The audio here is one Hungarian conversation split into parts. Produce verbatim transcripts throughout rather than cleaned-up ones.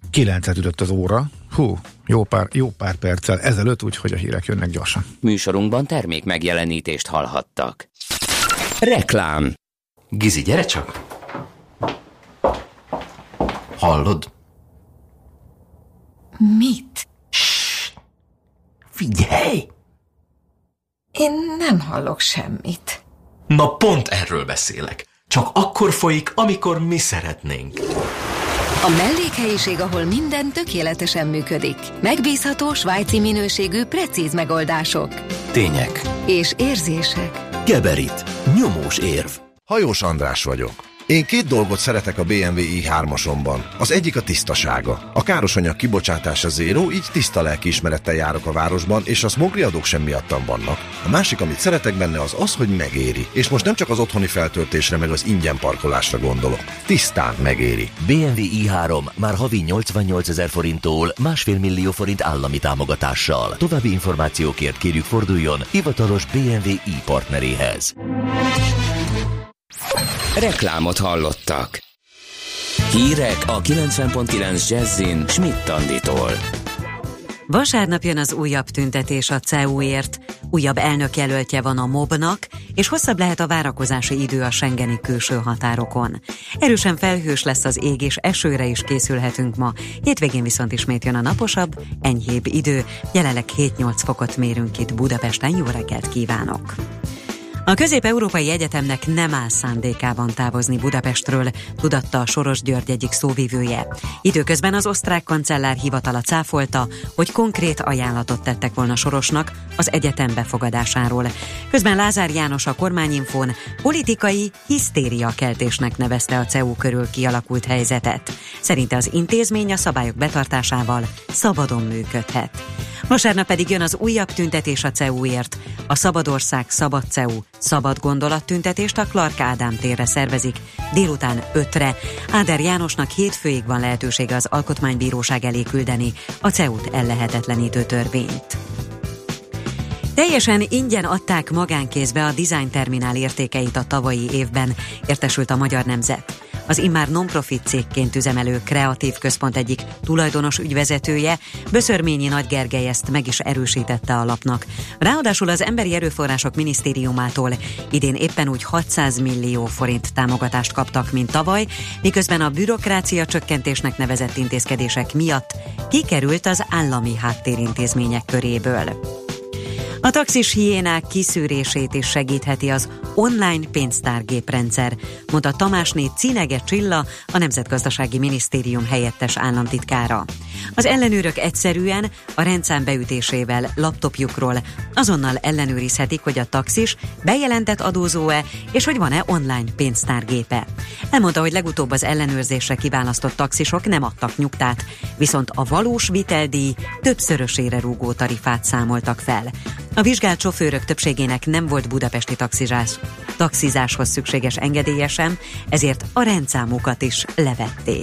kilencet ütött az óra. Hú, jó pár, jó pár perccel ezelőtt, úgyhogy a hírek jönnek gyorsan. Műsorunkban termék megjelenítést hallhattak. Reklám. Gizi, gyere csak! Hallod? Mit? Ssss! Figyelj! Én nem hallok semmit. Na pont erről beszélek. Csak akkor folyik, amikor mi szeretnénk. A mellékhelyiség, ahol minden tökéletesen működik. Megbízható, svájci minőségű, precíz megoldások. Tények. És érzések. Geberit. Nyomós érv. Hajós András vagyok. Én két dolgot szeretek a bé em vé i hármasomban. Az egyik a tisztasága. A károsanyag kibocsátása zéró, így tiszta lelkiismerettel járok a városban, és a smogriadók sem miattam vannak. A másik, amit szeretek benne, az az, hogy megéri. És most nem csak az otthoni feltöltésre, meg az ingyen parkolásra gondolok. Tisztán megéri. bé em vé i három már havi nyolcvannyolcezer forinttól másfél millió forint állami támogatással. További információkért kérjük forduljon hivatalos bé em vé i partneréhez. Reklámot hallottak. Hírek a kilencven pont kilenc Jazzin Schmidt Anditól. Vasárnap jön az újabb tüntetés a cé e u-ért. Újabb elnökjelöltje van a mobnak, és hosszabb lehet a várakozási idő a schengeni külső határokon. Erősen felhős lesz az ég, és esőre is készülhetünk ma. Hétvégén viszont ismét jön a naposabb, enyhébb idő. Jelenleg hét-nyolc fokot mérünk itt Budapesten. Jó reggelt kívánok! A Közép-Európai Egyetemnek nem áll szándékában távozni Budapestről, tudatta a Soros György egyik szóvivője. Időközben az osztrák kancellár hivatala cáfolta, hogy konkrét ajánlatot tettek volna Sorosnak az egyetem befogadásáról. Közben Lázár János a Kormányinfón politikai hisztériakeltésnek nevezte a cé e u körül kialakult helyzetet. Szerinte az intézmény a szabályok betartásával szabadon működhet. Vasárnap pedig jön az újabb tüntetés a cé e u-ért. A Szabadország Szabad cé e u szabad gondolat tüntetést a Clark Ádám térre szervezik délután ötre. Áder Jánosnak hétfőig van lehetősége az Alkotmánybíróság elé küldeni a cé e u-t ellehetetlenítő törvényt. Teljesen ingyen adták magánkézbe a Design Terminál értékeit a tavalyi évben, értesült a Magyar Nemzet. Az immár non-profit cégként üzemelő Kreatív Központ egyik tulajdonos ügyvezetője, Böszörményi Nagy Gergely ezt meg is erősítette a lapnak. Ráadásul az Emberi Erőforrások Minisztériumától idén éppen úgy hatszáz millió forint támogatást kaptak, mint tavaly, miközben a bürokrácia csökkentésnek nevezett intézkedések miatt kikerült az állami háttérintézmények köréből. A taxis hiénák kiszűrését is segítheti az online pénztárgéprendszer, mondta Tamásné Cinege Csilla, a Nemzetgazdasági Minisztérium helyettes államtitkára. Az ellenőrök egyszerűen a rendszám beütésével laptopjukról azonnal ellenőrizhetik, hogy a taxis bejelentett adózó-e, és hogy van-e online pénztárgépe. Elmondta, hogy legutóbb az ellenőrzésre kiválasztott taxisok nem adtak nyugtát, viszont a valós viteldíj többszörösére rúgó tarifát számoltak fel. A vizsgált sofőrök többségének nem volt budapesti taxizás, taxizáshoz szükséges engedélye sem, ezért a rendszámukat is levették.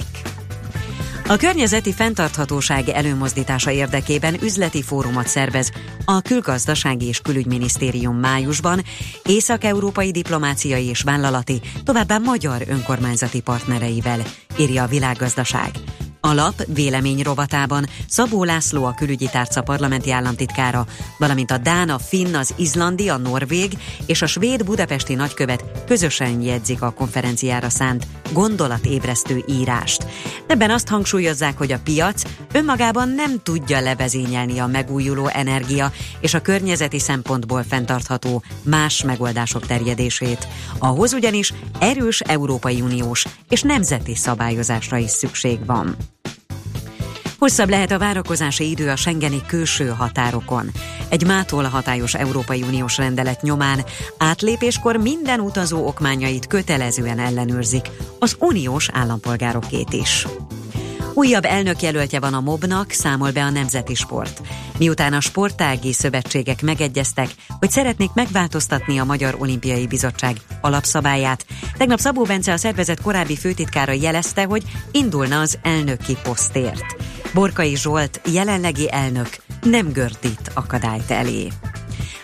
A környezeti fenntarthatóság előmozdítása érdekében üzleti fórumot szervez a Külgazdasági és Külügyminisztérium májusban észak-európai diplomáciai és vállalati, továbbá magyar önkormányzati partnereivel, írja a Világgazdaság. A lap vélemény rovatában Szabó László, a külügyi tárca parlamenti államtitkára, valamint a dán, a finn, az izlandi, a norvég és a svéd budapesti nagykövet közösen jegyzik a konferenciára szánt gondolatébresztő írást. Ebben azt hangsúlyozzák, hogy a piac önmagában nem tudja levezényelni a megújuló energia és a környezeti szempontból fenntartható más megoldások terjedését. Ahhoz ugyanis erős Európai Uniós és nemzeti szabályozásra is szükség van. Hosszabb lehet a várakozási idő a schengeni külső határokon. Egy mától hatályos Európai Uniós rendelet nyomán átlépéskor minden utazó okmányait kötelezően ellenőrzik, az uniós állampolgárokét is. Újabb elnökjelöltje van a mobnak, számol be a Nemzeti Sport. Miután a sportági szövetségek megegyeztek, hogy szeretnék megváltoztatni a Magyar Olimpiai Bizottság alapszabályát, tegnap Szabó Bence, a szervezet korábbi főtitkára jelezte, hogy indulna az elnöki posztért. Borkai Zsolt, jelenlegi elnök, nem gördít akadályt elé.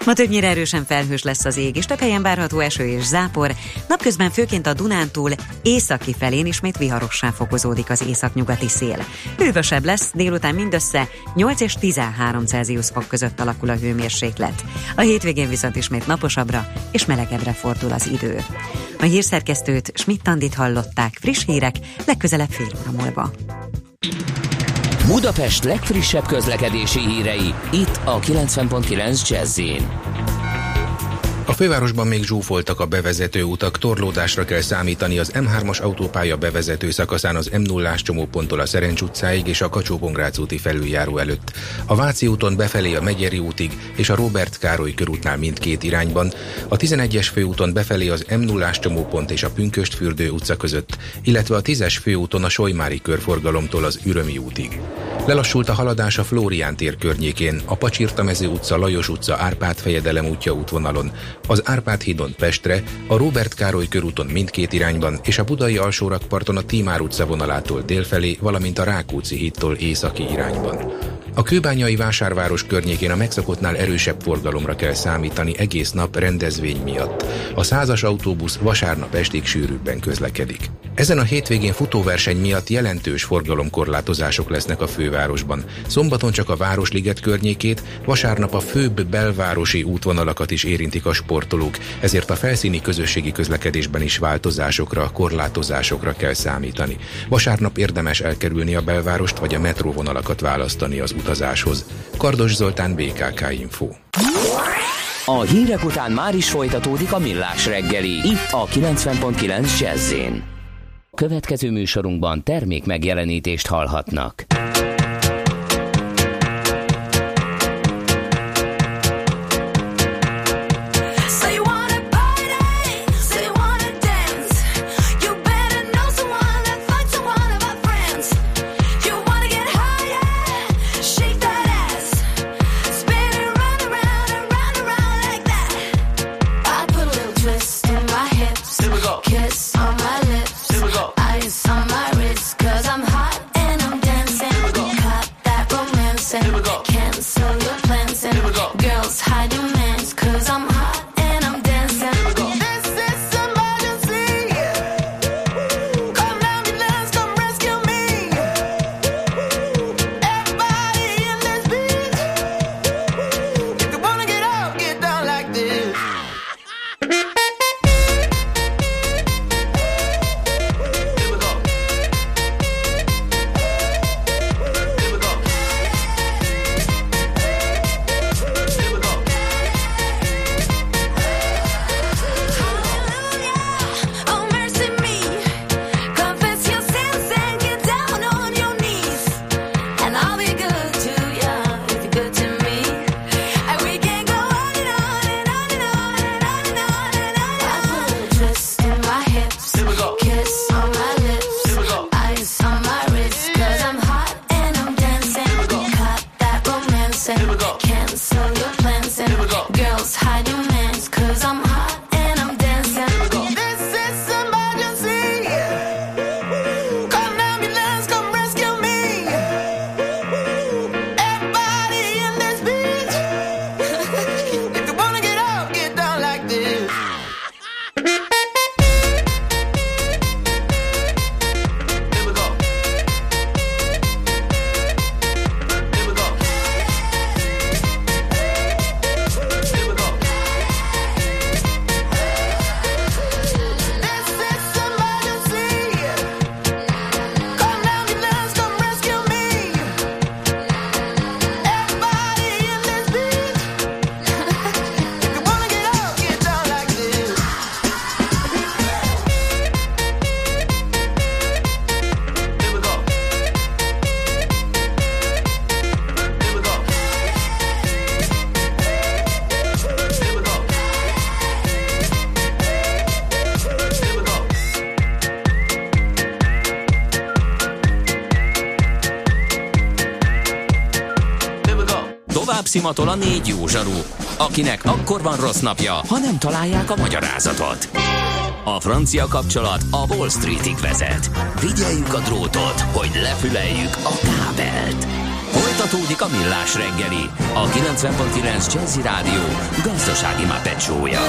Ma többnyire erősen felhős lesz az ég, és több helyen várható eső és zápor. Napközben főként a Dunántúl északi felén ismét viharossá fokozódik az északnyugati szél. Hűvösebb lesz, délután mindössze nyolc és tizenhárom Celsius fok között alakul a hőmérséklet. A hétvégén viszont ismét naposabbra és melegebbre fordul az idő. A hírszerkesztőt, Schmidt-Andit hallották, friss hírek legközelebb fél óra múlva. Budapest legfrissebb közlekedési hírei, itt a kilencven pont kilenc Jazz-in. A fővárosban még zsúfoltak a bevezető utak, torlódásra kell számítani az em hármas autópálya bevezető szakaszán az em nullás csomóponttól a Szerencs utcáig és a Kacsó-Bongrác úti felüljáró előtt. A Váci úton befelé a Megyeri útig és a Róbert Károly körútnál mindkét irányban, a tizenegyes főúton befelé az em nullás csomópont és a Pünkösdfürdő utca között, illetve a tízes főúton a Solymári körforgalomtól az Ürömi útig. Lelassult a haladás a Flórián tér környékén, a Pacsirtamező utca, Lajos utca, Árpád fejedelem útja útvonalon, az Árpád hídon Pestre, a Róbert Károly körúton mindkét irányban és a Budai alsórakparton a Tímár utca vonalától délfelé, valamint a Rákóczi hídtól északi irányban. A kőbányai vásárváros környékén a megszokottnál erősebb forgalomra kell számítani egész nap rendezvény miatt. A százas autóbusz vasárnap estig sűrűbben közlekedik. Ezen a hétvégén futóverseny miatt jelentős forgalomkorlátozások lesznek a fővárosban. Szombaton csak a Városliget környékét, vasárnap a főbb belvárosi útvonalakat is érintik a sportolók, ezért a felszíni közösségi közlekedésben is változásokra, korlátozásokra kell számítani. Vasárnap érdemes elkerülni a belvárost vagy a metróvonalakat választani az utazáshoz. Kardos Zoltán, bé ká ká Info. A hírek után már is folytatódik a Millás reggeli, itt a kilencven pont kilenc Jazz-in. Következő műsorunkban termék megjelenítést hallhatnak. Szimatol a négy jó zsaru, akinek akkor van rossz napja, ha nem találják a magyarázatot. A francia kapcsolat a Wall Streetig vezet. Figyeljük a drótot, hogy lefüleljük a kábelt. Folytatódik Folytatódik a Millás reggeli, a kilencven pont kilenc Jazzy Rádió gazdasági Muppet show-ja.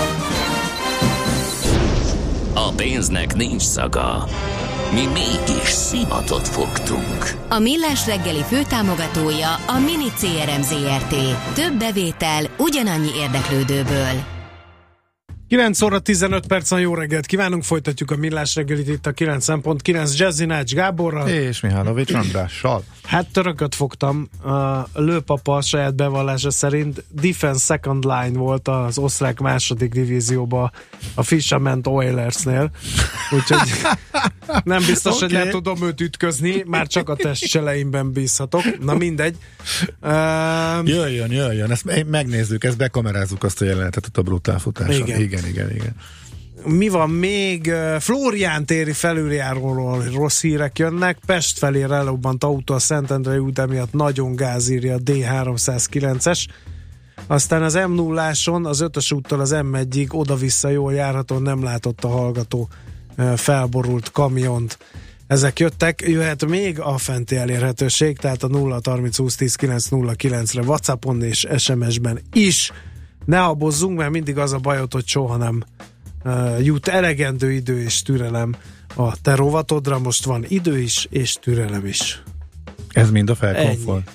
A pénznek nincs szaga. Mi mégis szimatot fogtunk. A Millás reggeli főtámogatója a Mini cé er em zé er té. Több bevétel ugyanannyi érdeklődőből. kilenc óra tizenöt percen jó reggelt kívánunk, folytatjuk a Millás reggelit itt a kilencven pont kilenc Jazzy Nács Gáborral. És Mihálovics Andrással. Hát törököt fogtam. A lőpapa saját bevallása szerint Defense Second Line volt az osztrák második divízióba a Fisherman Oilersnél. Úgyhogy nem biztos, okay. hogy le tudom őt ütközni, már csak a testcseleimben bízhatok. Na mindegy. Um, jöjjön, jöjjön. Ezt megnézzük, ezt bekamerázzuk azt a jelenetet a brutál futáson. Igen. igen, igen, igen. Mi van még? Flórián téri felüljáróról rossz hírek jönnek. Pest felé relobbant autó a Szentendrei út, emiatt nagyon gáz, írja a dé háromszázkilences. Aztán az em nulláson az ötös úttól az em egyig oda-vissza jól járható, nem látott a hallgató felborult kamiont. Ezek jöttek, jöhet még a fenti elérhetőség, tehát a nulla harminc húsz tíz kilenc nulla kilencre WhatsAppon és es em es-ben is. Ne habozzunk, mert mindig az a bajod, hogy soha nem uh, jut elegendő idő és türelem a te rovatodra. Most van idő is, és türelem is. Ez mind a felkomfort. Ennyi.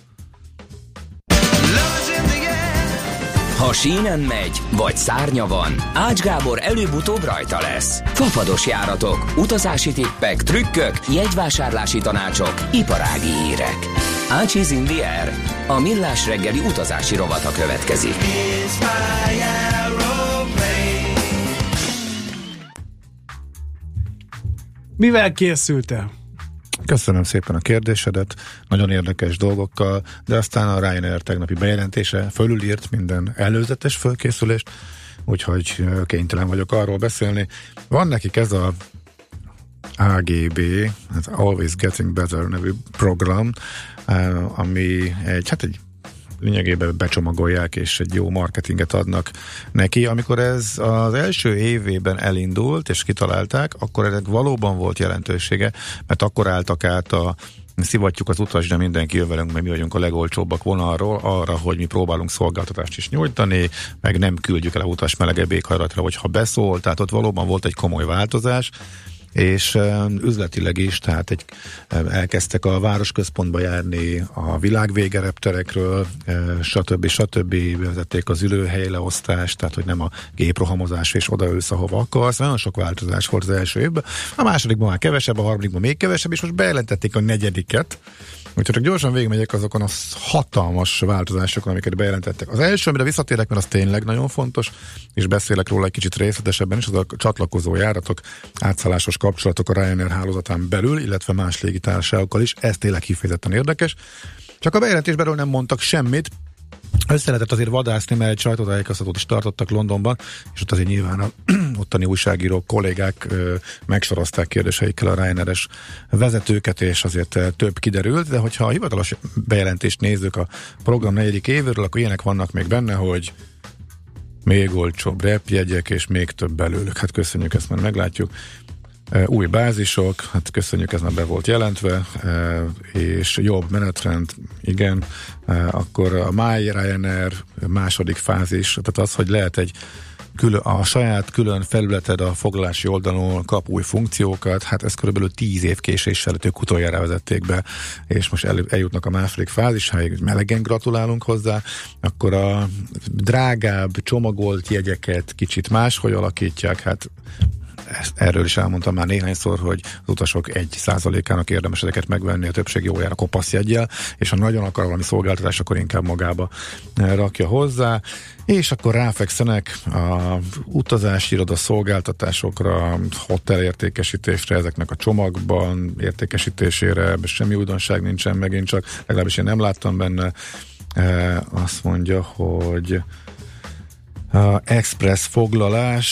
Ha sínen megy, vagy szárnya van, Ács Gábor előbb-utóbb rajta lesz. Fafados járatok, utazási tippek, trükkök, jegyvásárlási tanácsok, iparági hírek. Ácsiz in the air. A Millás reggeli utazási rovata következik. Mivel készültél? Köszönöm szépen a kérdésedet, nagyon érdekes dolgokkal, de aztán a Ryanair tegnapi bejelentése fölülírt minden előzetes fölkészülést, úgyhogy kénytelen vagyok arról beszélni. Van nekik ez a á gé bé, az Always Getting Better nevű program, ami egy, hát egy lényegében becsomagolják, és egy jó marketinget adnak neki. Amikor ez az első évében elindult, és kitalálták, akkor ennek valóban volt jelentősége, mert akkor álltak át a szivatjuk az utas, de mindenki jön velünk, mert mi vagyunk a legolcsóbbak vonalról, arra, hogy mi próbálunk szolgáltatást is nyújtani, meg nem küldjük el a utas melegebb éghajlatra, hogyha beszól, tehát ott valóban volt egy komoly változás, és uh, üzletileg is, tehát egy, uh, elkezdtek a városközpontba járni a világvége repterekről, uh, stb. stb. Vezették az ülőhely leosztást, tehát hogy nem a géprohamozás és odaülsz, ahova akarsz. Nagyon sok változás volt az első évben. A másodikban már kevesebb, a harmadikban még kevesebb, és most bejelentették a negyediket. Úgyhogy csak gyorsan végigmegyek azokon a hatalmas változásokon, amiket bejelentettek. Az első, amire visszatérek, mert az tényleg nagyon fontos, és beszélek róla egy kicsit részletesebben is, az a csatlakozó járatok, átszállásos kapcsolatok a Ryanair hálózatán belül, illetve más légitársaságokkal is. Ez tényleg kifejezetten érdekes. Csak a bejelentésben nem mondtak semmit. Össze lehetett azért vadászni, mert egy sajtótájékoztatót is tartottak Londonban, és ott azért nyilván a ottani újságírók, kollégák ö, megsorozták kérdéseikkel a Ryanair-es vezetőket, és azért több kiderült, de hogyha a hivatalos bejelentést nézzük a program negyedik évéről, akkor ilyenek vannak még benne, hogy még olcsóbb repjegyek, és még több belőlük. Hát köszönjük, ezt már meglátjuk. Új bázisok, hát köszönjük, ez már be volt jelentve, és jobb menetrend, igen, akkor a My Ryanair második fázis, tehát az, hogy lehet egy külön, a saját külön felületed a foglalási oldalon kap új funkciókat, hát ez körülbelül tíz év késéssel ők utoljára vezették be, és most el, eljutnak a második fázisáig, melegen gratulálunk hozzá, akkor a drágább csomagolt jegyeket kicsit máshogy alakítják, hát ezt, erről is elmondtam már néhányszor, hogy az utasok egy százalékának érdemes ezeket megvenni, a többség jó jár a kopaszjeggyel, és ha nagyon akar valami szolgáltatás, akkor inkább magába rakja hozzá, és akkor ráfekszenek a utazási iroda szolgáltatásokra, hotel értékesítésre, ezeknek a csomagban értékesítésére, semmi újdonság nincsen, megint csak, legalábbis én nem láttam benne. E, azt mondja, hogy a express foglalás,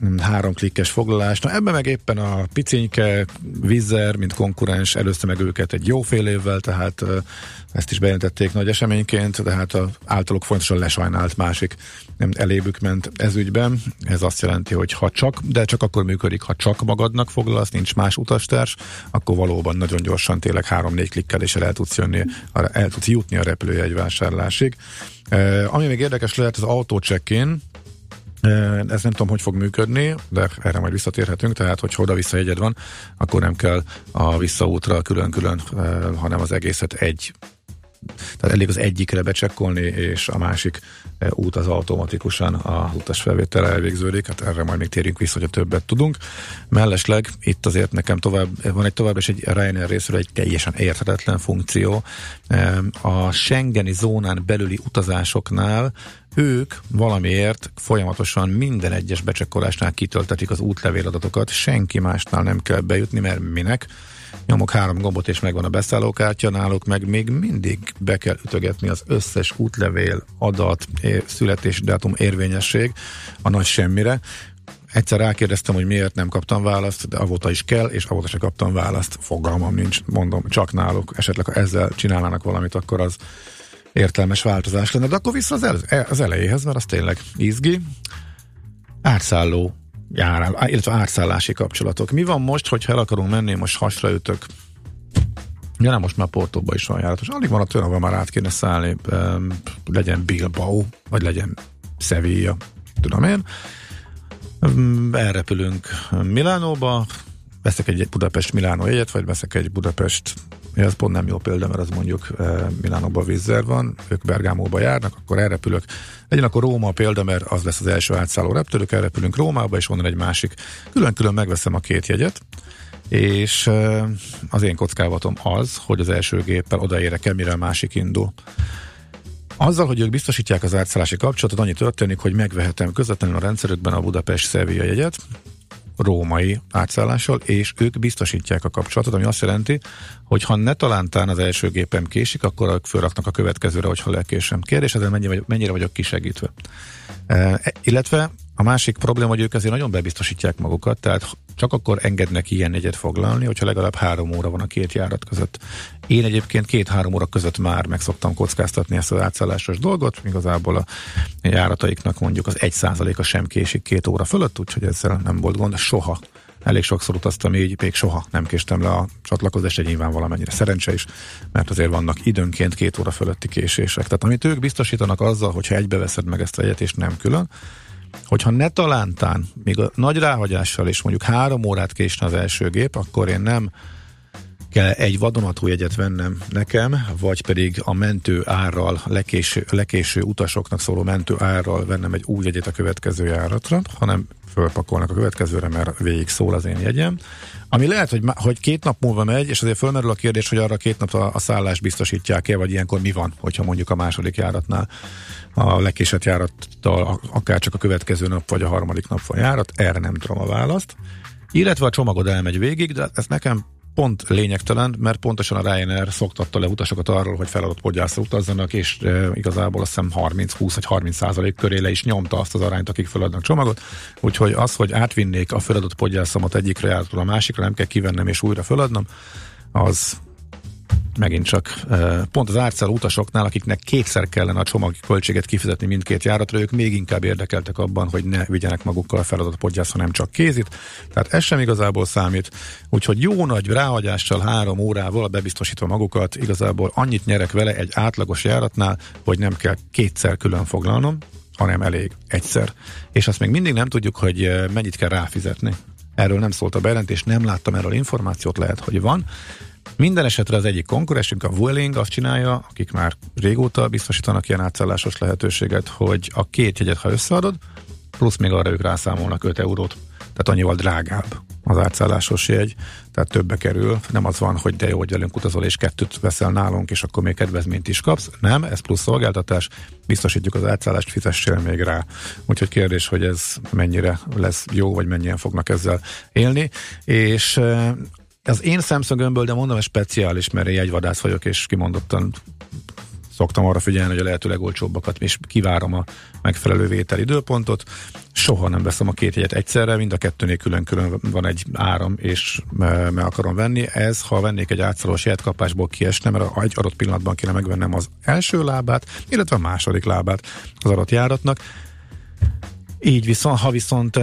három klikkes foglalás. Na ebben meg éppen a picinke, Wizz Air, mint konkurens előzte meg őket egy jó fél évvel, tehát ezt is bejelentették nagy eseményként, de hát a általuk fontosan lesajnált másik nem elébük ment ez ügyben. Ez azt jelenti, hogy ha csak, de csak akkor működik, ha csak magadnak foglalsz, nincs más utastárs, akkor valóban nagyon gyorsan tényleg három-négy klikkeléssel el tudsz jönni, el tudsz jutni a repülőjegy vásárlásig. Ami még érdekes lehet, az auto check-in. Ez nem tudom, hogy fog működni, de erre majd visszatérhetünk, tehát hogyha oda-vissza jegyed van, akkor nem kell a visszaútra külön-külön, hanem az egészet egy, tehát elég az egyikre becsekkolni, és a másik út az automatikusan a utasfelvétel elvégződik, hát erre majd még térjünk vissza, hogyha többet tudunk. Mellesleg itt azért nekem tovább, van egy tovább és egy Ryanair részről egy teljesen érthetetlen funkció. A Schengeni zónán belüli utazásoknál ők valamiért folyamatosan minden egyes becsekkolásnál kitöltetik az útlevéladatokat, senki másnál nem kell bejutni, mert minek? Nyomok három gombot és megvan a beszállókártya, náluk meg még mindig be kell ütögetni az összes útlevél, adat, születésdátum, érvényesség a nagy semmire. Egyszer rákérdeztem, hogy miért nem kaptam választ, de avóta is kell, és avóta se kaptam választ. Fogalmam nincs, mondom, csak náluk. Esetleg, ha ezzel csinálnának valamit, akkor az értelmes változás lenne. De akkor vissza az, el, az elejéhez, mert az tényleg izgi. Átszálló járál, illetve átszállási kapcsolatok. Mi van most, hogyha el akarunk menni, most hasra ütök? Ja, nem, most már Portóba is van járatos. Alig van a tőle, ahol már át kéne szállni. Um, legyen Bilbao, vagy legyen Sevilla, tudom én. Um, elrepülünk Milánóba, veszek egy Budapest-Milánó jegyet, vagy veszek egy Budapest, ez pont nem jó példa, mert az mondjuk uh, Milánóban Wizz Air van, ők Bergámóba járnak, akkor elrepülök. Legyen akkor Róma a példa, mert az lesz az első átszálló repülők, elrepülünk Rómába, és onnan egy másik. Külön-külön megveszem a két jegyet, és uh, az én kockávatom az, hogy az első géppel odaérek-e, mire a másik indul. Azzal, hogy ők biztosítják az átszállási kapcsolatot, annyi történik, hogy megvehetem közvetlenül a rendszerükben a Budapest-Sevilla jegyet, római átszállással, és ők biztosítják a kapcsolatot, ami azt jelenti, hogy ha ne talántán az első gépem késik, akkor ők fölraknak a következőre, hogyha lekésem. Kérdés, ezzel mennyire, mennyire vagyok kisegítve. E, illetve a másik probléma, hogy ők azért nagyon bebiztosítják magukat, tehát csak akkor engednek ilyen jegyet foglalni, hogyha legalább három óra van a két járat között. Én egyébként két-három óra között már meg szoktam kockáztatni ezt az átszállásos dolgot, igazából a járataiknak mondjuk az egy százaléka sem késik két óra fölött, úgyhogy ezzel nem volt gond, soha. Elég sokszor utaztam így, még soha nem késtem le a csatlakozást, egy nyilván valamennyire szerencse is, mert azért vannak időnként két óra fölötti késések. Tehát amit ők biztosítanak azzal, hogyha egybeveszed meg ezt a jegyet és nem külön, hogyha ne talántán, még a nagy ráhagyással is mondjuk három órát késne az első gép, akkor én nem kell egy vadonatúj jegyet vennem nekem, vagy pedig a mentő árral, lekéső, lekéső utasoknak szóló mentő árral vennem egy új jegyet a következő járatra, hanem fölpakolnak a következőre, mert végig szól az én jegyem. Ami lehet, hogy, hogy két nap múlva megy, és azért fölmerül a kérdés, hogy arra két nap a, a szállást biztosítják-e, vagy ilyenkor mi van, hogyha mondjuk a második járatnál a lekésett járattal akár csak a következő nap, vagy a harmadik nap van járat, erre nem tudom a választ. Illetve a csomagod elmegy végig, de ez nekem pont lényegtelen, mert pontosan a Ryanair szoktatta le utasokat arról, hogy feladott podgyászra utazzanak, és e, igazából azt hiszem harminc, húsz vagy harminc százalék köré le is nyomta azt az arányt, akik feladnak csomagot. Úgyhogy az, hogy átvinnék a feladott podgyászomat egyikre járatról a másikra, nem kell kivennem és újra feladnom, az megint csak pont az átszálló utasoknál, akiknek kétszer kellene a csomagköltséget kifizetni mindkét járatra, ők még inkább érdekeltek abban, hogy ne vigyenek magukkal a feladott podgyászt, hanem csak kézit. Tehát ez sem igazából számít. Úgyhogy jó nagy ráhagyással három órával bebiztosítva magukat, igazából annyit nyerek vele egy átlagos járatnál, hogy nem kell kétszer külön foglalnom, hanem elég egyszer. És azt még mindig nem tudjuk, hogy mennyit kell ráfizetni. Erről nem szólt a bejelentés, nem láttam erről információt, lehet, hogy van. Minden esetre az egyik konkurensünk, a Vueling azt csinálja, akik már régóta biztosítanak ilyen átszállásos lehetőséget, hogy a két jegyet, ha összeadod, plusz még arra ők rászámolnak öt eurót. Tehát annyival drágább az átszállásos jegy, tehát többe kerül. Nem az van, hogy de jó, hogy velünk utazol, és kettőt veszel nálunk, és akkor még kedvezményt is kapsz. Nem, ez plusz szolgáltatás, biztosítjuk az átszállást, fizessél még rá. Úgyhogy kérdés, hogy ez mennyire lesz jó, vagy mennyien fognak ezzel élni. És az én szemszögömből, de mondom, ez speciális, mert én jegyvadász vagyok, és kimondottan szoktam arra figyelni, hogy a lehető legolcsóbbakat és kivárom a megfelelő vételi időpontot. Soha nem veszem a két jegyet egyszerre, mind a kettőnél külön-külön van egy áram, és meg akarom venni. Ez, ha vennék egy átszalós jegykapásból kiesne, mert egy adott pillanatban kéne megvennem az első lábát, illetve a második lábát az adott járatnak. Így viszont, ha viszont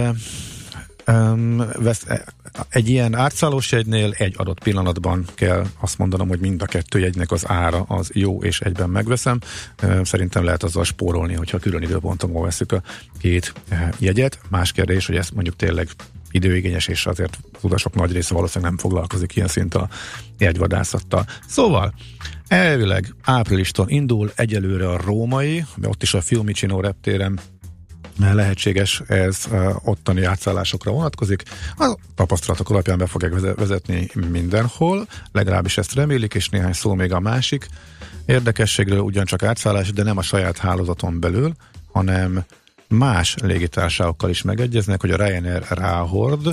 um, vesz, egy ilyen átszállós jegynél egy adott pillanatban kell azt mondanom, hogy mind a kettő jegynek az ára az jó, és egyben megveszem. Szerintem lehet azzal spórolni, hogyha külön időpontomon veszük a két jegyet. Más kérdés, hogy ez mondjuk tényleg időigényes, és azért az utasok nagy része valószínűleg nem foglalkozik ilyen szinten a jegyvadászattal. Szóval elvileg áprilistól indul egyelőre a római, ott is a Fiumicino reptéren lehetséges, ez ottani átszállásokra vonatkozik. A tapasztalatok alapján be fogják vezetni mindenhol, legalábbis ezt remélik, és néhány szó még a másik érdekességről, ugyancsak átszállás, de nem a saját hálózaton belül, hanem más légitársaságokkal is megegyeznek, hogy a Ryanair ráhord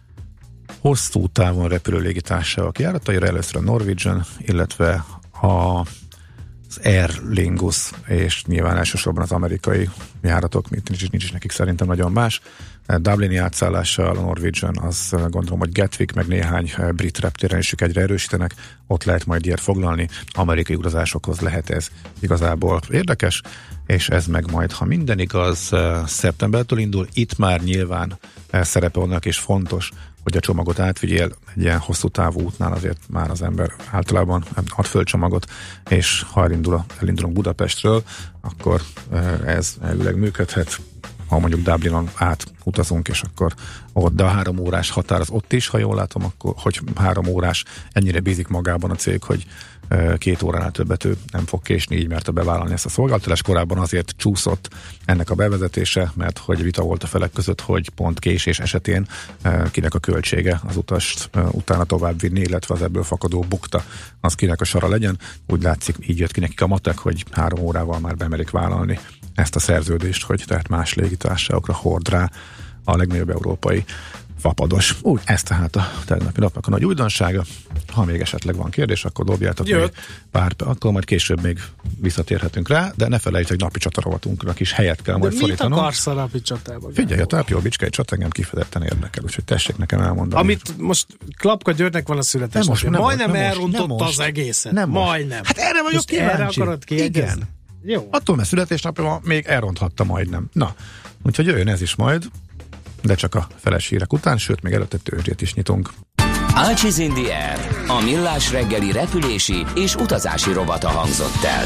hosszú távon repülő légitársaságok járataira, először a Norwegian, illetve a az Aer Lingus, és nyilván elsősorban az amerikai járatok, nincs, nincs is nekik szerintem nagyon más. Dublini átszállással a Norwegian, az gondolom, hogy Gatwick, meg néhány brit reptéren is egyre erősítenek, ott lehet majd ilyet foglalni, amerikai utazásokhoz lehet ez igazából érdekes, és ez meg majd, ha minden igaz, szeptembertől indul, itt már nyilván szerepe annak is fontos, hogy a csomagot átvigyél, egy ilyen hosszú távú útnál azért már az ember általában ad föl csomagot, és ha elindul, elindulunk Budapestről, akkor ez elvileg működhet, ha mondjuk Dublinon át utazunk, és akkor ott, de a három órás határ az ott is, ha jól látom, akkor, hogy három órás, ennyire bízik magában a cég, hogy két óránál többet ő nem fog késni, így merte bevállalni ezt a szolgáltatást. Korábban azért csúszott ennek a bevezetése, mert hogy vita volt a felek között, hogy pont késés esetén kinek a költsége az utast utána tovább vinni, illetve az ebből fakadó bukta, az kinek a sara legyen. Úgy látszik, így jött ki nekik a matek, hogy három órával már bemerik vállalni ezt a szerződést, hogy tehát más légitársaságokra hord rá a legnagyobb európai fapados. Úgy, ez tehát a tegnapi napnak a nagy újdonsága. Ha még esetleg van kérdés, akkor dobjátok még pár, akkor majd később még visszatérhetünk rá, de ne felejtsd, hogy napi csatarovatunknak is helyet kell majd szorítanom. De mit akarsz a napi csatában? Figyelj, a Tápióbicskai csat engem kifejezetten érdekel, úgyhogy tessék nekem elmondani. Amit most Klapka Györgynek van a születésnapja. Majdnem elrontott az egészet. Nem Majdnem. Hát erre vagyok kíváncsi. Erre akarod kiegyezni? Igen. Jó. Attól, mert születésnapja van, még elronthatta majdnem. Na, úgyhogy jöjjön ez is majd, de csak a feles hírek után, sőt, még előtte tőzsdét is nyitunk. Ácsiz in the Air, a millás reggeli repülési és utazási rovata hangzott el.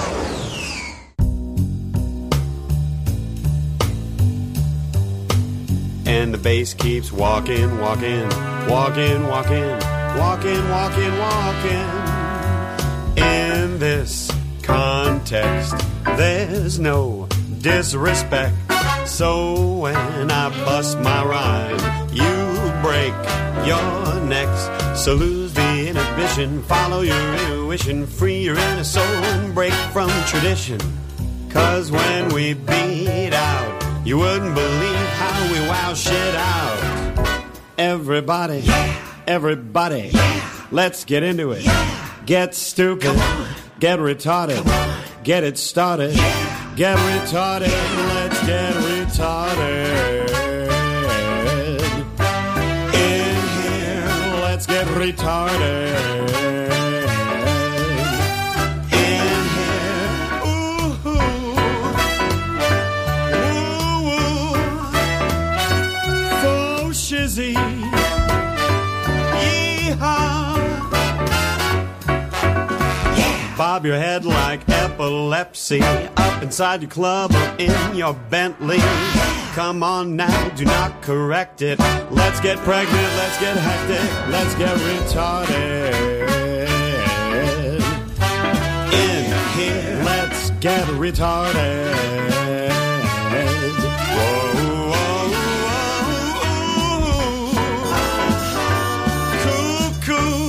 And the bass keeps walking, walking, walking, walking, walking, walking, walking. In this context, there's no disrespect. So when I bust my rhyme, you break your necks. So lose the inhibition, follow your intuition, free your inner soul and break from tradition. Cause when we beat out, you wouldn't believe how we wow shit out. Everybody, yeah. Everybody, yeah. Let's get into it. Yeah. Get stupid, get retarded, get it started. Yeah. Get retarded, let's get retarded. In here, let's get retarded. In here, ooh, ooh, ooh, faux shizzy, yeehaw. Bob your head like epilepsy up inside your club or in your Bentley. Come on now, do not correct it. Let's get pregnant, let's get hectic, let's get retarded. In here, let's get retarded. Whoa, whoa, whoa, cuckoo.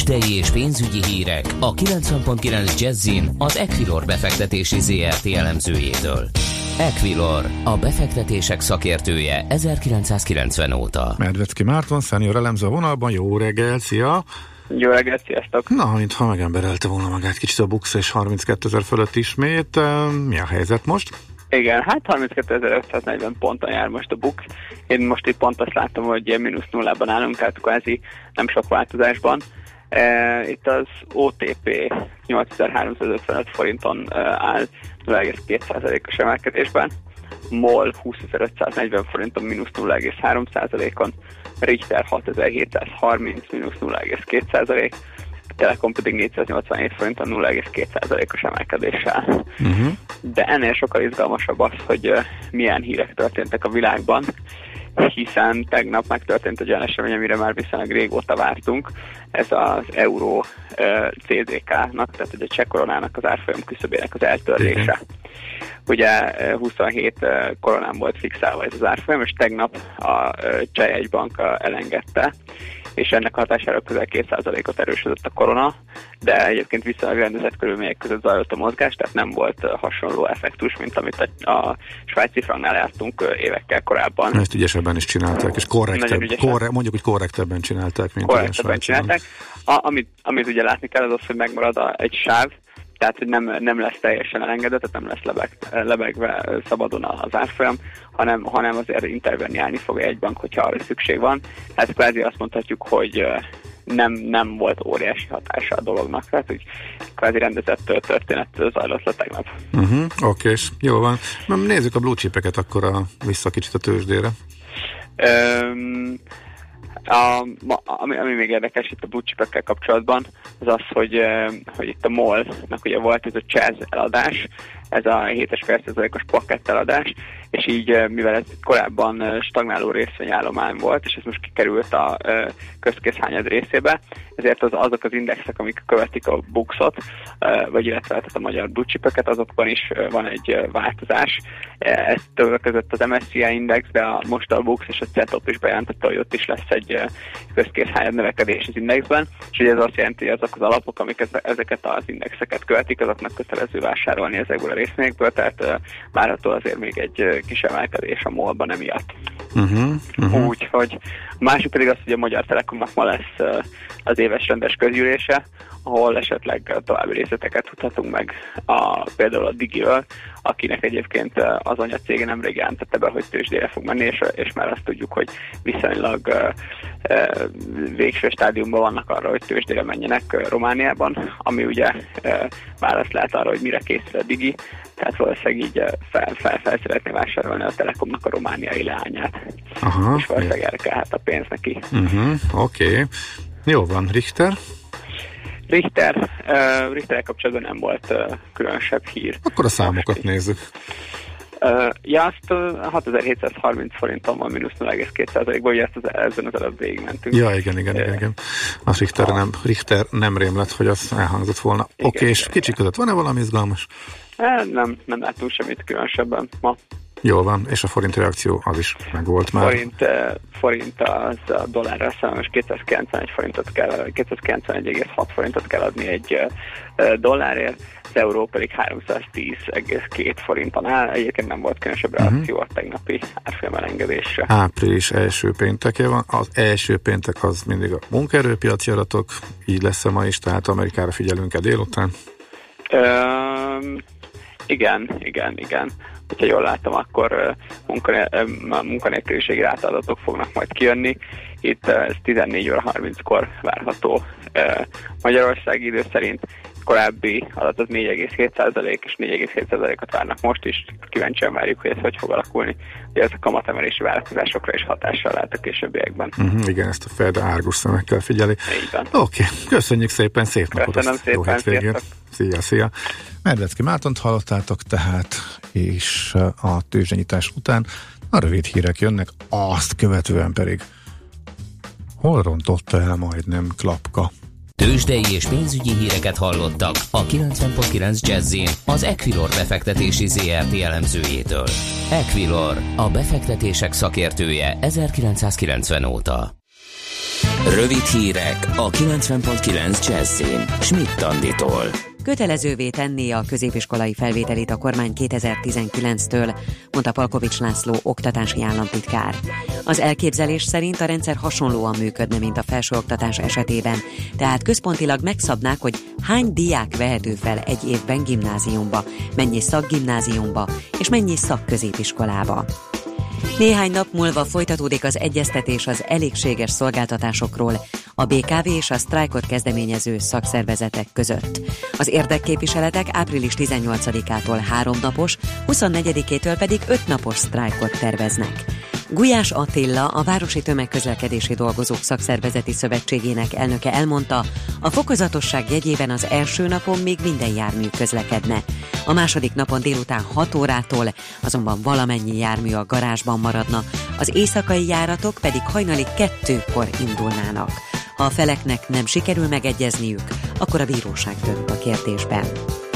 Tőzsdei és pénzügyi hírek a kilencven pont kilenc Jazzin az Equilor befektetési zé er té elemzőjétől. Equilor, a befektetések szakértője ezerkilencszázkilencven óta. Medvecki Márton, senior elemző a vonalban. Jó reggel, szia! Jó reggelt, sziasztok! Na, mintha megemberelte volna magát kicsit a BUX és harminckétezer fölött ismét. Mi a helyzet most? Igen, hát harminckétezer-ötszáznegyven ponton jár most a BUX. Én most itt pont azt látom, hogy mínusz nullában állunk, tehát kvázi nem sok változásban. Itt az o té pé nyolcezer-háromszázötvenöt forinton áll nulla egész két százalékos emelkedésben, MOL húszezer-ötszáznegyven forinton mínusz nulla egész három százalékon, Richter hatezer-hétszázharminc mínusz nulla egész két százalék, Telekom pedig négyszáznyolcvanhét forinton nulla egész két százalékos emelkedéssel. Uh-huh. De ennél sokkal izgalmasabb az, hogy uh, milyen hírek történtek a világban, hiszen tegnap megtörtént egy olyan esemény, amire már viszonylag régóta vártunk. Ez az euró uh, cé dé ká-nak, tehát ugye a cseh koronának az árfolyam küszöbének az eltörlése. Igen. Ugye huszonhét koronán volt fixálva ez az árfolyam, és tegnap a cseh jegybank elengedte, és ennek hatására közel két százalékot erősödött a korona, de egyébként viszonylag rendezett körülmények között zajlott a mozgás, tehát nem volt hasonló effektus, mint amit a, a svájci franknál jártunk évekkel korábban. Ezt ügyesebben is csinálták, és korrektebb, korre, mondjuk, hogy korrektebben csinálták, mint korrektebben csinálták. A, amit, amit ugye látni kell, az az, hogy megmarad a, egy sáv, tehát hogy nem, nem lesz teljesen elengedett, tehát nem lesz lebeg, lebegve szabadon az árfolyam, hanem, hanem azért interveniálni fog egy bank, hogyha arra szükség van. Tehát kvázi azt mondhatjuk, hogy nem, nem volt óriási hatása a dolognak, tehát hogy kvázi rendezett történet zajlott le tegnap. Uh-huh, Oké, és jó van. Nézzük a blue chipeket akkor a, vissza kicsit a tőzsdére. Um, A, ami, ami még érdekes itt a blue chipekkel kapcsolatban, az az, hogy, hogy itt a MOL-nak ugye volt ez a Chaz eladás, ez a hét egész öt százalékos pakett eladás, és így, mivel ez korábban stagnáló részvényállomány volt, és ez most kikerült a közkészhányad részébe, ezért az, azok az indexek, amik követik a BUX-ot, vagy illetve a magyar blue chipeket, azokban is van egy változás. Ezt többek között az em es cé i index, de a most a BUX és a cé e té o pé is bejelentette, hogy ott is lesz egy közkészhányad növekedés az indexben, és ugye ez azt jelenti, hogy azok az alapok, amik ezeket az indexeket követik, azoknak kötelező vásárolni ezekből a részvényekből, tehát várható azért még egy kis emelkedés a MOL-ban emiatt. Uh-huh, uh-huh. Úgyhogy a másik pedig az, hogy a Magyar Telekomnak ma lesz az éves rendes közgyűlése, ahol esetleg további részleteket tudhatunk meg a, például a Digiről, akinek egyébként az anyacége nemrég jelentette be, hogy tőzsdére fog menni, és, és már azt tudjuk, hogy viszonylag uh, uh, végső stádiumban vannak arra, hogy tőzsdére menjenek uh, Romániában, ami ugye uh, válasz lehet arra, hogy mire készül a Digi, tehát valószínűleg így uh, fel, fel, fel szeretné vásárolni a Telekomnak a romániai leányát. Aha, és valószínűleg erre kell hát a pénz neki. Uh-huh, Oké, okay. Jó van, Richter? Richter, uh, Richterrel kapcsolatban nem volt uh, különösebb hír. Akkor a számokat Most nézzük. Uh, ja, azt uh, hatezer-hétszázharminc forinton van mínusz nulla egész két százalékban, ugye ezt az, ezen az előbb végigmentünk. Ja, igen, igen, igen, igen. Az Richter, a... nem, Richter nem rém lett, hogy az elhangzott volna. Oké, okay, és kicsi között van-e valami izgalmas? Uh, nem, nem látunk semmit különösebben ma. Jól van, és a forint reakció az is megvolt már. Forint, forint az a dollárra szemben most kétszázkilencvenegy forintot kell, kétszázkilencvenegy egész hat forintot kell adni egy dollárért, az euró pedig háromszáztíz egész két forinton áll. Egyébként nem volt különösebb reakció uh-huh. a tegnapi árfolyam elengedésre. Április első péntekje van. Az első péntek az mindig a munkaerőpiaci adatok, így lesz ma is, tehát Amerikára figyelünk-e délután? Um, igen, igen, igen. Ha jól látom, akkor munkanélküliségi rátaadatok fognak majd kijönni. Itt ez tizennégy óra harminckor várható Magyarországi idő szerint. Korábbi adat az négy egész hét százalék, és négy egész hét százalékot várnak most is. Kíváncsian várjuk, hogy ez hogy fog alakulni. Ugye ez a kamatemelési várakozásokra is hatással lehet a későbbiekben. Uh-huh, igen, ezt a Fed árgus szemekkel figyeli. Oké, okay. Köszönjük szépen, szép napot! Köszönöm szépen, jó hétvégét! Szia, szia! Medvecki Mártont hallottátok tehát, és a tőzsdenyítás után a rövid hírek jönnek, azt követően pedig hol rontotta el majdnem Klapka? Tőzsdei és pénzügyi híreket hallottak a kilencven pont kilenc Jazzin az Equilor befektetési zé er té elemzőjétől. Equilor, a befektetések szakértője ezerkilencszázkilencven óta. Rövid hírek a kilencven pont kilenc Jazzin Schmidt Anditól. Kötelezővé tenné a középiskolai felvételit a kormány kétezer-tizenkilenctől, mondta Palkovics László oktatási államtitkár. Az elképzelés szerint a rendszer hasonlóan működne, mint a felsőoktatás esetében, tehát központilag megszabnák, hogy hány diák vehető fel egy évben gimnáziumba, mennyi szakgimnáziumba és mennyi szakközépiskolába. Néhány nap múlva folytatódik az egyeztetés az elégséges szolgáltatásokról a bé ká vé és a sztrájkot kezdeményező szakszervezetek között. Az érdekképviseletek április tizennyolcadikától háromnapos, huszonnegyedikétől pedig ötnapos sztrájkot terveznek. Gulyás Attila, a Városi Tömegközlekedési Dolgozók Szakszervezeti Szövetségének elnöke elmondta, a fokozatosság jegyében az első napon még minden jármű közlekedne. A második napon délután hat órától azonban valamennyi jármű a garázsban maradna, az éjszakai járatok pedig hajnali kettőkor indulnának. Ha a feleknek nem sikerül megegyezniük, akkor a bíróság dönt a kérdésben.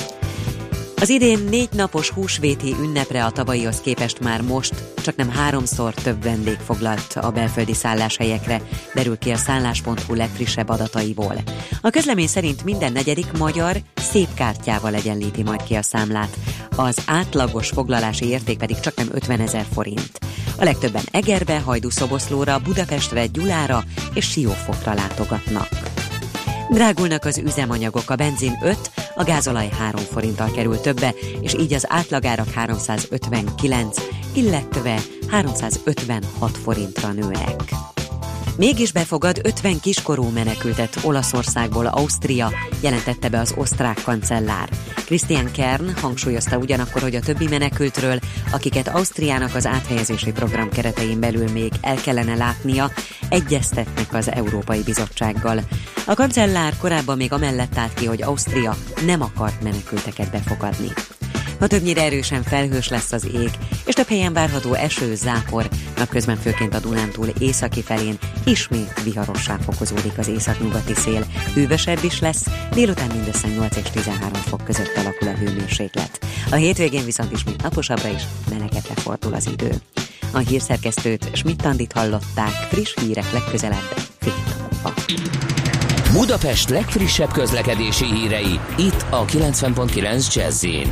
Az idén négy napos húsvéti ünnepre a tavalyihoz képest már most csak nem háromszor több vendég foglalt a belföldi szálláshelyekre, derül ki a szállás pont hu legfrissebb adataiból. A közlemény szerint minden negyedik magyar szép kártyával egyenlíti majd ki a számlát, az átlagos foglalási érték pedig csak nem ötvenezer forint. A legtöbben Egerbe, Hajdúszoboszlóra, Budapestre, Gyulára és Siófokra látogatnak. Drágulnak az üzemanyagok, a benzin öt, a gázolaj három forinttal kerül többe, és így az átlagárak háromszázötvenkilenc, illetve háromszázötvenhat forintra nőnek. Mégis befogad ötven kiskorú menekültet Olaszországból Ausztria, jelentette be az osztrák kancellár. Christian Kern hangsúlyozta ugyanakkor, hogy a többi menekültről, akiket Ausztriának az áthelyezési program keretein belül még el kellene látnia, egyeztetnek az Európai Bizottsággal. A kancellár korábban még amellett állt ki, hogy Ausztria nem akart menekülteket befogadni. Ma többnyire erősen felhős lesz az ég, és több helyen várható eső, zápor, napközben főként a Dunántúl északi felén ismét viharossá fokozódik az északnyugati szél. Hűvösebb is lesz, délután mindössze nyolc és tizenhárom fok között alakul a hőmérséklet. A hétvégén viszont ismét naposabbra is melegedre fordul az idő. A hírszerkesztőt, Schmidt Andit hallották, friss hírek legközelebb fél múlva. Budapest legfrissebb közlekedési hírei, itt a kilencven pont kilenc Jazz-in.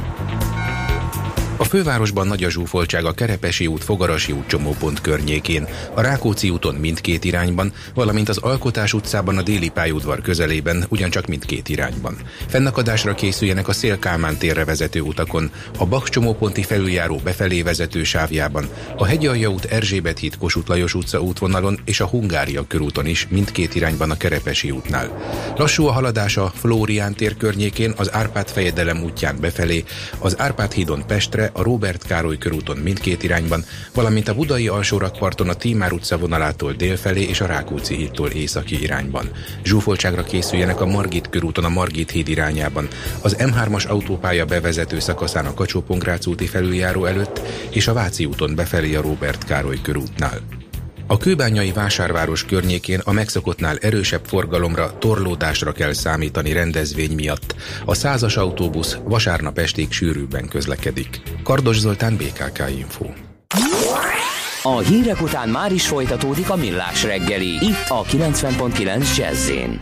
A fővárosban nagy a zsúfoltság a Kerepesi út, Fogarasi út csomópont környékén, a Rákóczi úton mindkét irányban, valamint az Alkotás utcában a Déli pályaudvar közelében ugyancsak mindkét irányban. Fennakadásra készüljenek a Széll-Kálmán térre vezető utakon, a Bach csomóponti felüljáró befelé vezető sávjában, a Hegyalja út, Erzsébet híd, Kossuth Lajos utca útvonalon és a Hungária körúton is mindkét irányban a Kerepesi útnál. Lassú a haladás a Flórián tér környékén, az Árpád fejedelem útján befelé, az Árpád hídon Pestre, a Róbert Károly körúton mindkét irányban, valamint a Budai alsórakparton a Tímár utca vonalától délfelé és a Rákóczi hídtól északi irányban. Zsúfoltságra készüljenek a Margit körúton a Margit híd irányában, az em hármas autópálya bevezető szakaszán a Kacsó-Pongrác úti felüljáró előtt és a Váci úton befelé a Róbert Károly körútnál. A kőbányai vásárváros környékén a megszokottnál erősebb forgalomra, torlódásra kell számítani rendezvény miatt. A százas autóbusz vasárnap estig sűrűbben közlekedik. Kardos Zoltán, bé ká ká Info. A hírek után már is folytatódik a Millás reggeli, itt a kilencven pont kilenc Jazz-in.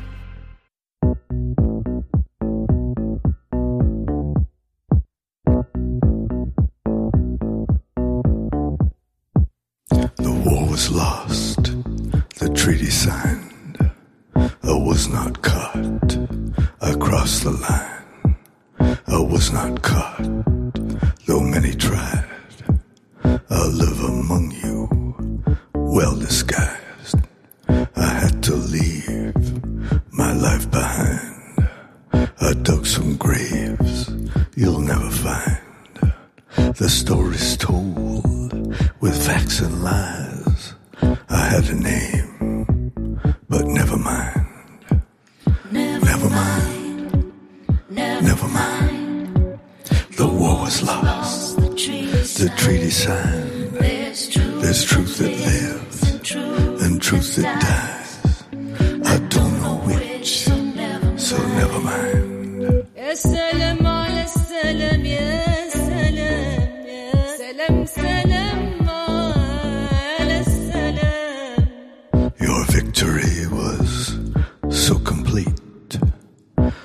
Was lost, the treaty signed, I was not caught, I crossed the line, I was not caught, though many tried, I live among you, well disguised, I had to leave my life behind, I dug some graves you'll never find, the story's told with facts and lies. I had a name, but never mind. Never, never mind. Never, never mind. The war was lost. The treaty, the treaty signed. There's truth, There's truth that lives and truth, and truth that dies. I don't know which, so never, so never mind. Ya salam ala salam, ya salam, ya salam, salam. Your victory was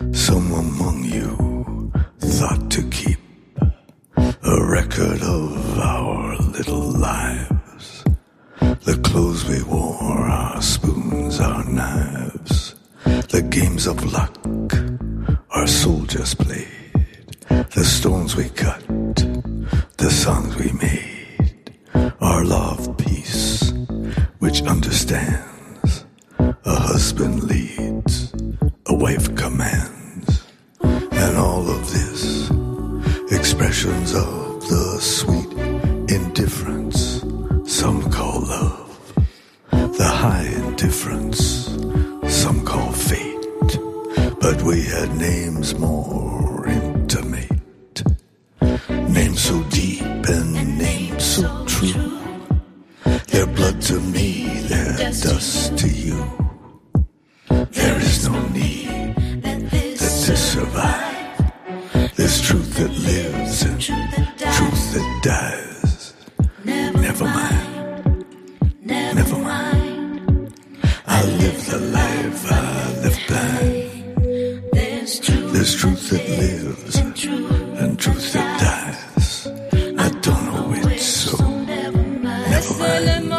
Some among you thought to keep a record of our little lives. The clothes we wore, our spoons, our knives, the games of luck our soldiers played, the stones we cut, the songs we made, our love peace, which understands a husband leads, a wife commands, and all of this expressions of the sweet indifference some call love, the high indifference some call fate, but we had names more intimate, names so deep and names so true. Their blood to me, their dust to you. There is no need that to survive. There's truth that lives and truth that dies. Never mind, never mind. I live the life I live blind. There's truth that lives and truth that dies. I don't know which, so never mind.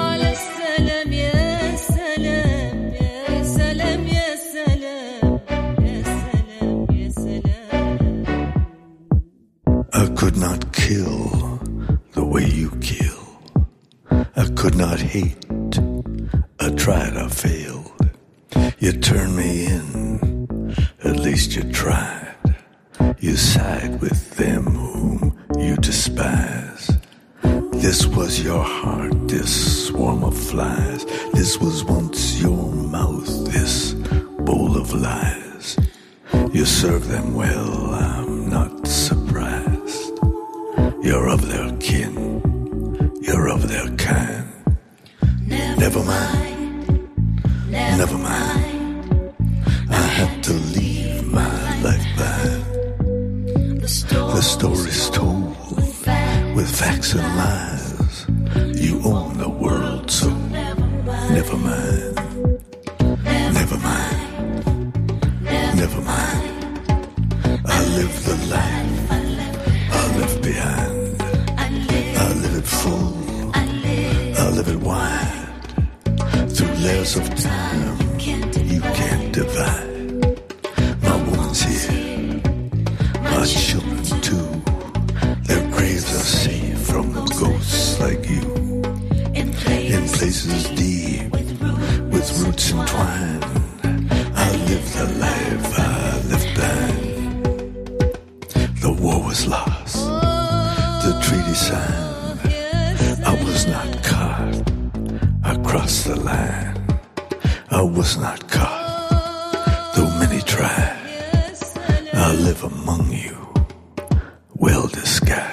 I could not kill the way you kill. I could not hate. I tried, I failed. You turned me in, at least you tried. You side with them whom you despise. This was your heart, this swarm of flies. This was once your mouth, this bowl of lies. You serve them well, I'm not surprised. You're of their kin, you're of their kind. Never mind, never mind. I had to leave my life behind. The story's told with facts and lies. You own the world, so never mind, never mind, never mind. I live the life I left behind. I live it full, I live it wide. Through layers of time you can't divide. My woman's here, my children too. Their graves are safe from ghosts like you. In places deep, with roots entwined. I live the life I left behind. The war was lost, the treaty signed. I was not caught, I crossed the line. I was not caught, though many tried. I live among you, well disguised.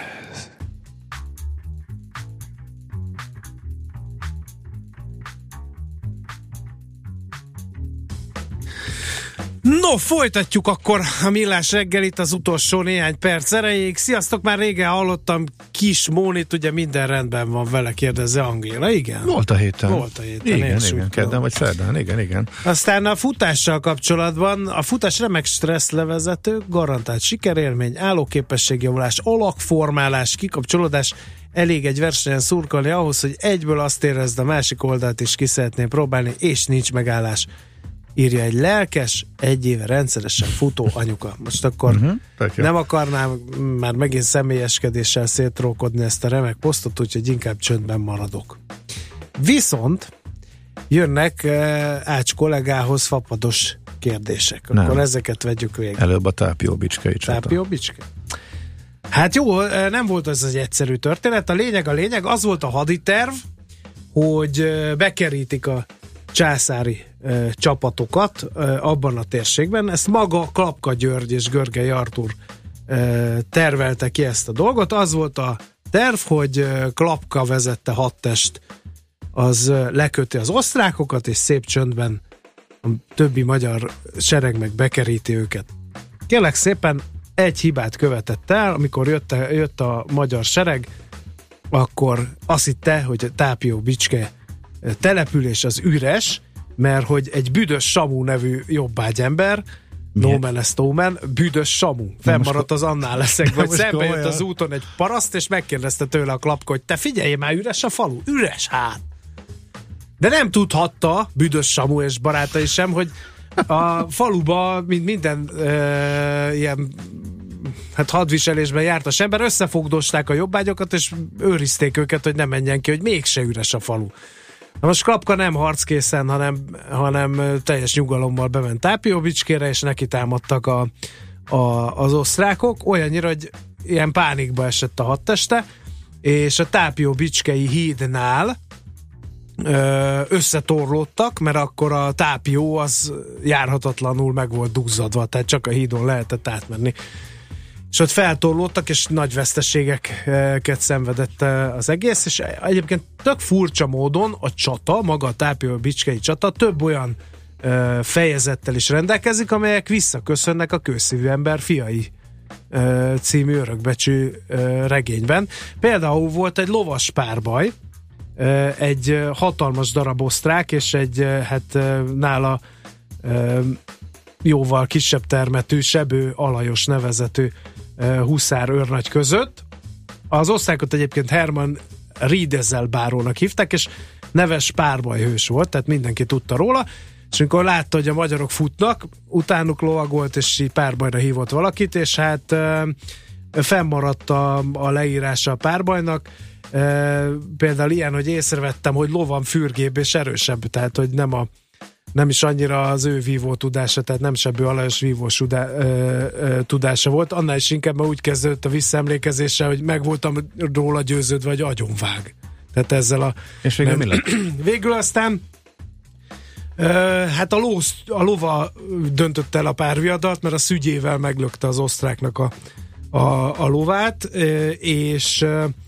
No, folytatjuk akkor a Millás reggelit az utolsó néhány perc erejéig. Sziasztok, már régen hallottam Kis Mónit, ugye minden rendben van vele, kérdezze Angéla, igen? Volt a héten. Volt a héten. Igen, igen, kedden vagy szerdán, igen, igen. Aztán a futással kapcsolatban, a futás remek stresszlevezető, garantált sikerélmény, állóképességjavulás, alakformálás, kikapcsolódás, elég egy versenyen szurkolni ahhoz, hogy egyből azt érezd, a másik oldalt is ki szeretném próbálni, és nincs megállás. Írja egy lelkes, egy éve rendszeresen futó anyuka. Most akkor uh-huh, nem akarnám már megint személyeskedéssel szétrókodni ezt a remek posztot, úgyhogy inkább csöndben maradok. Viszont jönnek uh, Ács kollégához fapados kérdések. Akkor nem. Ezeket vegyük végig. Előbb a tápióbicskei csata. Tápióbicske? Hát jó, nem volt ez egy egyszerű történet. A lényeg a lényeg, az volt a haditerv, hogy bekerítik a császári uh, csapatokat uh, abban a térségben. Ezt maga Klapka György és Görgely Artúr uh, tervelte ki ezt a dolgot. Az volt a terv, hogy uh, Klapka vezette hadtest, az uh, leköti az osztrákokat, és szép csöndben a többi magyar sereg meg bekeríti őket. Kérlek szépen, egy hibát követett el, amikor jött, jött a magyar sereg, akkor azt hitte, hogy a Tápióbicske település az üres, mert hogy egy Büdös Samu nevű jobbágyember No Man est no man, büdös Samu. Fennmaradt az annál leszek, vagy szembe jött az úton egy paraszt, és megkérdezte tőle a klapka, hogy te figyelj már, üres a falu? Üres hát! De nem tudhatta büdös Samu és barátai sem, hogy a faluba, mint minden e, ilyen hát hadviselésben járt az ember, összefogdosták a jobbágyokat, és őrizték őket, hogy ne menjen ki, hogy mégse üres a falu. Na most Klapka nem harckészen, hanem, hanem teljes nyugalommal bement Tápióbicskére, és neki támadtak a, a, az osztrákok, olyannyira, hogy ilyen pánikba esett a hadteste, és a Tápióbicskei hídnál ö, összetorlódtak, mert akkor a Tápió az járhatatlanul meg volt duzzadva, tehát csak a hídon lehetett átmenni. És ott feltorlódtak, és nagy veszteségeket szenvedett az egész, és egyébként tök furcsa módon a csata, maga a Tápióbicskei csata több olyan ö, fejezettel is rendelkezik, amelyek visszaköszönnek a Kőszívű ember fiai ö, című örökbecsű ö, regényben. Például volt egy lovas párbaj, ö, egy hatalmas darab osztrák, és egy ö, hát ö, nála ö, jóval kisebb termetű, Sebő Alajos nevezetű huszár őrnagy között. Az osztrákot egyébként Hermann Riedeselbárónak hívták, és neves párbajhős volt, tehát mindenki tudta róla, és amikor látta, hogy a magyarok futnak, utánuk lovagolt, és így párbajra hívott valakit, és hát e, fennmaradt a, a leírása a párbajnak, e, például ilyen, hogy észrevettem, hogy lovam fürgébb és erősebb, tehát hogy nem a nem is annyira az ő vívó tudása, tehát nem Sebő Alajos vívós udá, ö, ö, tudása volt, annál is inkább úgy kezdődött a visszaemlékezéssel, hogy meg voltam róla győződve, hogy agyonvág. Tehát ezzel a... És végül nem, mi lett? Végül aztán ö, hát a, ló, a lova döntött el a párviadalt, mert a szügyével meglökte az osztráknak a, a, a lovát, ö, és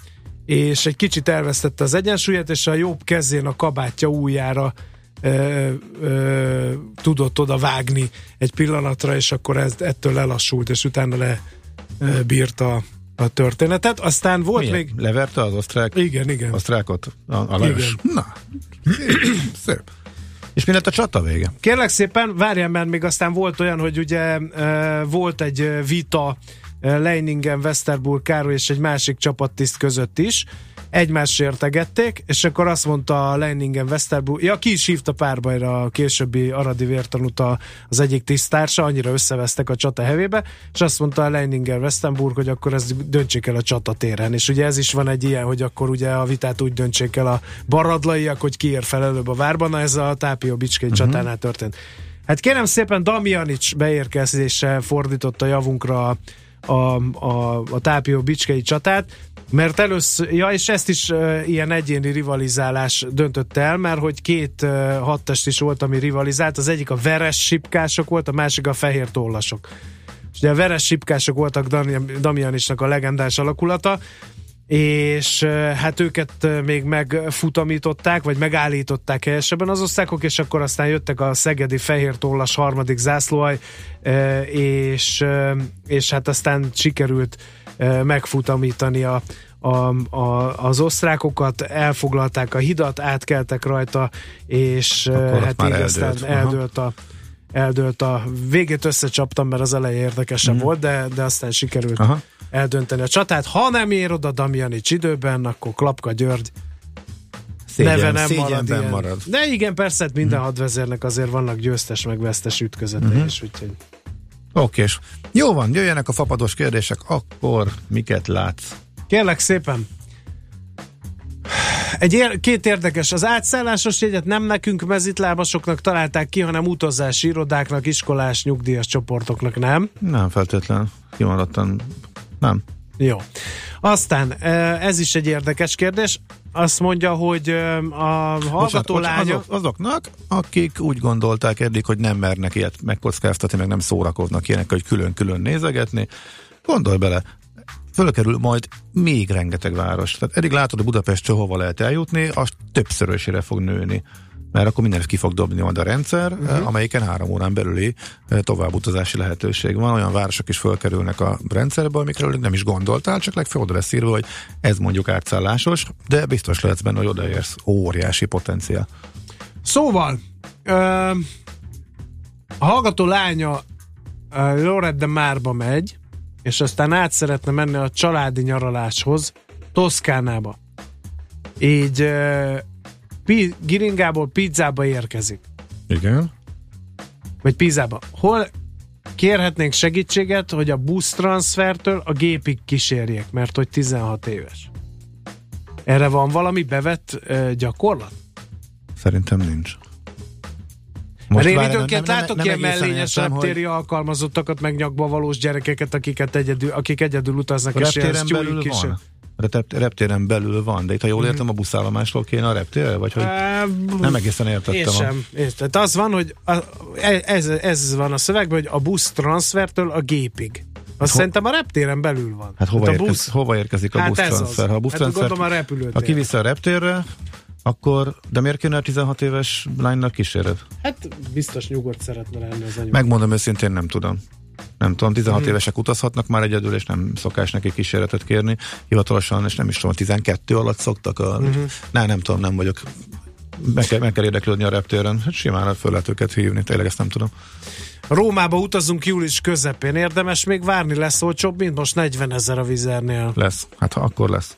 és egy kicsit elvesztette az egyensúlyát, és a jobb kezén a kabátja ujjára Ö, ö, tudott oda vágni egy pillanatra, és akkor ez, ettől lelassult, és utána le ö, bírta a történetet. Aztán volt Milyen? még... Leverte az osztrák? Igen, igen. Osztrákot? A, a Lajos? Na, szép. És mi lett a csata vége? Kérlek szépen, várjál, mert még aztán volt olyan, hogy ugye ö, volt egy vita Leiningen, Westerburg Károly és egy másik csapattiszt között is, egymást sértegették, és akkor azt mondta a Leiningen Westerburg, ja, ki is hívta párbajra a későbbi aradi vértanút az egyik tisztársa, annyira összevesztek a csata hevébe, és azt mondta a Leiningen Westerburg, hogy akkor ezt döntsék el a csatatéren, és ugye ez is van egy ilyen, hogy akkor ugye a vitát úgy döntsék el a baradlaiak, hogy ki ér fel előbb a várban, na ez a Tápióbicskei uh-huh. csatánál történt. Hát kérem szépen, Damjanics beérkezése fordította javunkra a, a, a Tápióbicskei csatát, mert először, ja, és ezt is uh, ilyen egyéni rivalizálás döntött el, mert hogy két uh, hadtest is volt, ami rivalizált, az egyik a veres sipkások volt, a másik a fehér tollasok. És ugye a veres sipkások voltak Damjanicsnak a legendás alakulata, és uh, hát őket uh, még megfutamították, vagy megállították helyesebben az osztrákok, és akkor aztán jöttek a szegedi fehér tollas harmadik zászlóaj, uh, és, uh, és hát aztán sikerült megfutamítani a, a, a, az osztrákokat, elfoglalták a hidat, átkeltek rajta, és akkor hát így aztán eldőlt a, eldőlt a végét összecsaptam, mert az eleje érdekesebb mm. volt, de, de aztán sikerült Aha. eldönteni a csatát. Ha nem ér oda Damjanics időben, akkor Klapka György Szégyen, neve nem marad, ilyen. marad. De igen, persze, minden mm. hadvezérnek azért vannak győztes meg vesztes ütközetei mm-hmm. is, úgyhogy Oké, és jó van, jöjjenek a fapados kérdések, akkor miket látsz? Kérlek szépen. Egy ér- két érdekes, az átszállásos jegyet nem nekünk mezitlábasoknak találták ki, hanem utazási irodáknak, iskolás, nyugdíjas csoportoknak, nem? Nem feltétlen, kimondottan nem. Jó. Aztán ez is egy érdekes kérdés. Azt mondja, hogy a hallgató lányok... Azok, azoknak, akik úgy gondolták eddig, hogy nem mernek ilyet megkockáztatni, meg nem szórakoznak ilyenek, hogy külön-külön nézegetni, gondolj bele, fölkerül majd még rengeteg város. Tehát eddig látod, hogy Budapestről hova lehet eljutni, az többszörösére fog nőni. Mert akkor mindent ki fog dobni majd a rendszer, uh-huh. amelyiken három órán belüli továbbutazási lehetőség van. Olyan városok is fölkerülnek a rendszerbe, amikről nem is gondoltál, csak legfeljebb oda lesz írva, hogy ez mondjuk átszállásos, de biztos lehetsz benne, hogy odaérsz. Óriási potenciál. Szóval, ö, a hallgató lánya Lloret de Marba megy, és aztán át szeretne menni a családi nyaraláshoz Toszkánába. Így uh, pi- Giringából Pizzába érkezik. Igen. Vagy Pizzába. Hol kérhetnénk segítséget, hogy a busztranszfertől a gépig kísérjék, mert hogy tizenhat éves. Erre van valami bevett uh, gyakorlat? Szerintem nincs. Most mert én időnként nem, látok nem, nem ilyen mellényes reptéri hogy... alkalmazottakat, meg nyakba valós gyerekeket, akiket egyedül, akik egyedül utaznak, a és reptéren belül is van. A reptéren belül van, de itt, ha jól értem, mm. a buszállomásról kéne a reptérre, vagy hogy uh, nem egészen értettem. Én sem. Tehát az van, hogy a, ez, ez van a szövegben, hogy a busz transfertől a gépig. Azt Ho- szerintem a reptéren belül van. Hát hova, hát érkez, busz... hova érkezik a hát busztranszfer? Ha a busztranszfer, hát ha kivisz a reptérre, akkor, de miért kéne a tizenhat éves lánynak kísérlet? Hát biztos nyugodt szeretne lenni az anyag. Megmondom őszintén, nem tudom. Nem tudom, tizenhat Hmm. évesek utazhatnak már egyedül, és nem szokás neki kísérletet kérni. Hivatalosan, és nem is tudom, tizenkettő alatt szoktak a... Hmm. Ne, nem tudom, nem vagyok. Meg kell, meg kell érdeklődni a reptéren. Hát simán föl lehet őket hívni, tényleg ezt nem tudom. Rómába utazunk július közepén. Érdemes még várni, lesz olcsóbb, mint most negyvenezer a Vizernél. Lesz, hát ha akkor lesz.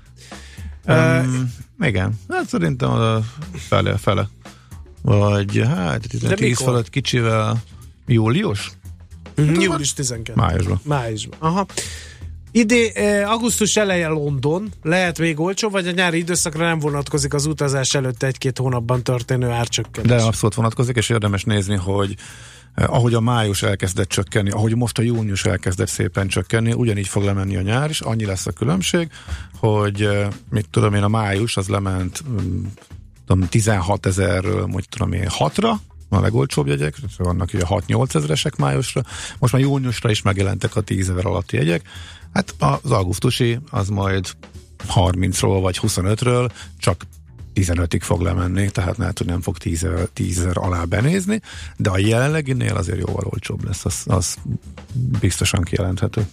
Uh, um, igen, hát szerintem a fele, fele. Vagy hát tíz fölött kicsivel július? Mm, július tizenkettő. Májusban. Májusban. Aha. Idé, eh, augusztus eleje London, lehet még olcsó, vagy a nyári időszakra nem vonatkozik az utazás előtt egy-két hónapban történő árcsökkentés? De abszolút vonatkozik, és érdemes nézni, hogy eh, ahogy a május elkezdett csökkenni, ahogy most a június elkezdett szépen csökkenni, ugyanígy fog lemenni a nyár is, annyi lesz a különbség, hogy eh, mit tudom én, a május az lement um, tizenhat ezerről, hogy tudom én, hatra, a legolcsóbb jegyek, vannak ugye hat-nyolc ezeresek májusra, most már júniusra is megjelentek a tízezer alatti jegyek, hát az augusztusi az majd harmincról vagy huszonötről csak tizenötig fog lemenni, tehát lehet, hogy nem fog tízezer alá benézni, de a jelenleginél azért jóval olcsóbb lesz, az, az biztosan kijelenthető.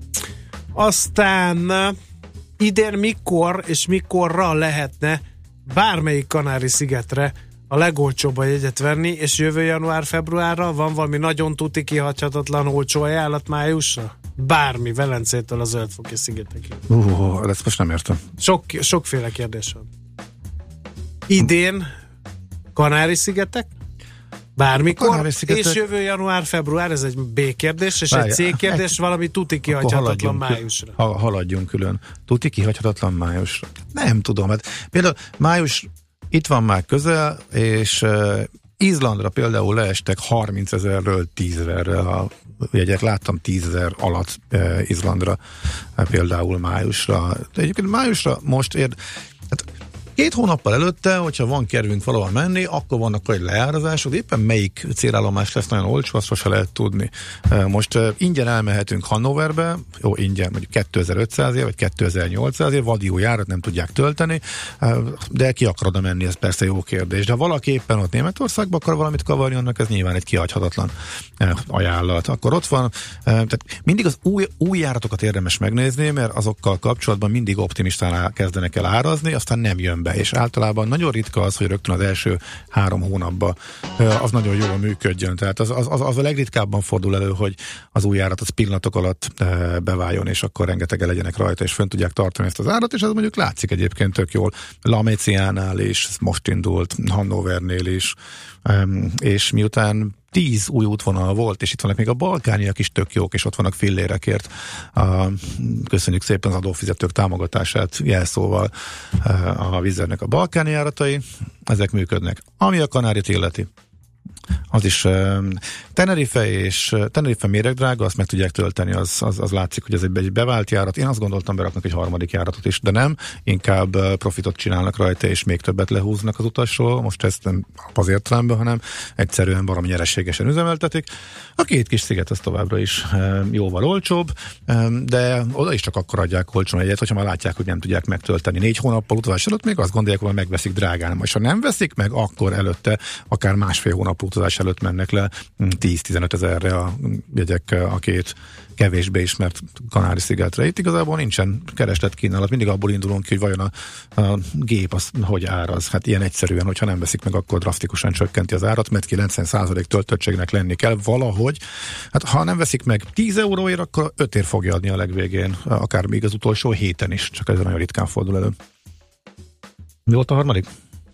Aztán idén mikor és mikorra lehetne bármelyik Kanári-szigetre a legolcsóbb a jegyet venni, és jövő január-februárra van valami nagyon tuti kihagyhatatlan olcsó ajánlat májusra? Bármi, Velencétől a Zöldfoki szigetekig. Uh, ezt most nem értem. Sok, sokféle kérdés van. Idén Kanári-szigetek? Bármikor, Kanári-szigetek... és jövő január-február, ez egy B kérdés, és Várja, egy C kérdés, egy... valami tuti kihagyhatatlan májusra. Ha, haladjunk külön. Tuti kihagyhatatlan májusra. Nem tudom, hát például május itt van már közel, és uh, Izlandra például leestek harmincezerről tízezerre a jegyek, láttam tízezer alatt uh, Izlandra uh, például májusra. De egyébként májusra most ér... Hát, két hónappal előtte, hogyha van kedvünk valahol menni, akkor vannak egy leárazások, éppen melyik célállomás lesz nagyon olcsó, azt sose lehet tudni. Most uh, ingyen elmehetünk Hannoverbe, jó, ingyen, mondjuk kétezer-ötszázért, vagy kétezer-nyolcszázért, vadió járat nem tudják tölteni, uh, de ki akar oda menni, ez persze jó kérdés. De ha valaki éppen ott Németországba akar valamit kavarni, annak ez nyilván egy kihagyhatatlan uh, ajánlat. Akkor ott van, uh, tehát mindig az új, új járatokat érdemes megnézni, mert azokkal kapcsolatban mindig optimistán kezdenek el árazni, aztán nem jön be, és általában nagyon ritka az, hogy rögtön az első három hónapban az nagyon jól működjön. Tehát az, az, az a legritkábban fordul elő, hogy az új járat az pillanatok alatt beváljon, és akkor rengetegen legyenek rajta, és fönn tudják tartani ezt az árat, és ez mondjuk látszik egyébként tök jól. Lameciánál is, most indult, Hannovernél is, és miután tíz új útvonal volt, és itt vannak még a balkániak is tök jók, és ott vannak fillérekért. Uh, köszönjük szépen az adófizetők támogatását jelszóval uh, a Vizernek a balkáni járatai. Ezek működnek. Ami a Kanárit illeti, az is uh, Tenerife és uh, Tenerife méregdrága, azt meg tudják tölteni, az, az, az látszik, hogy ez egy, egy bevált járat. Én azt gondoltam, beraknak egy harmadik járatot is, de nem, inkább uh, profitot csinálnak rajta, és még többet lehúznak az utasról. Most ezt nem az értelemben, hanem egyszerűen valami nyereségesen üzemeltetik. A két kis sziget az továbbra is uh, jóval olcsóbb, um, de oda is csak akkor adják olcsón egyet, hogyha már látják, hogy nem tudják megtölteni. Négy hónappal utazás előtt még azt gondolják, hogy megveszik drágán. És ha nem veszik meg, akkor előtte akár másfél hónap utazás előtt mennek le tíz-tizenöt ezerre a jegyek a két kevésbé ismert Kanári-szigetre. Itt igazából nincsen kereslet kínálat, mindig abból indulunk ki, hogy vajon a, a gép az hogy áraz. Hát ilyen egyszerűen, hogyha nem veszik meg, akkor drasztikusan csökkenti az árat, mert kilencven százalék töltöttségnek lenni kell valahogy. Hát ha nem veszik meg tíz euróért, akkor öt ér fogja adni a legvégén, akár még az utolsó héten is, csak ez nagyon ritkán fordul elő. Mi volt a harmadik?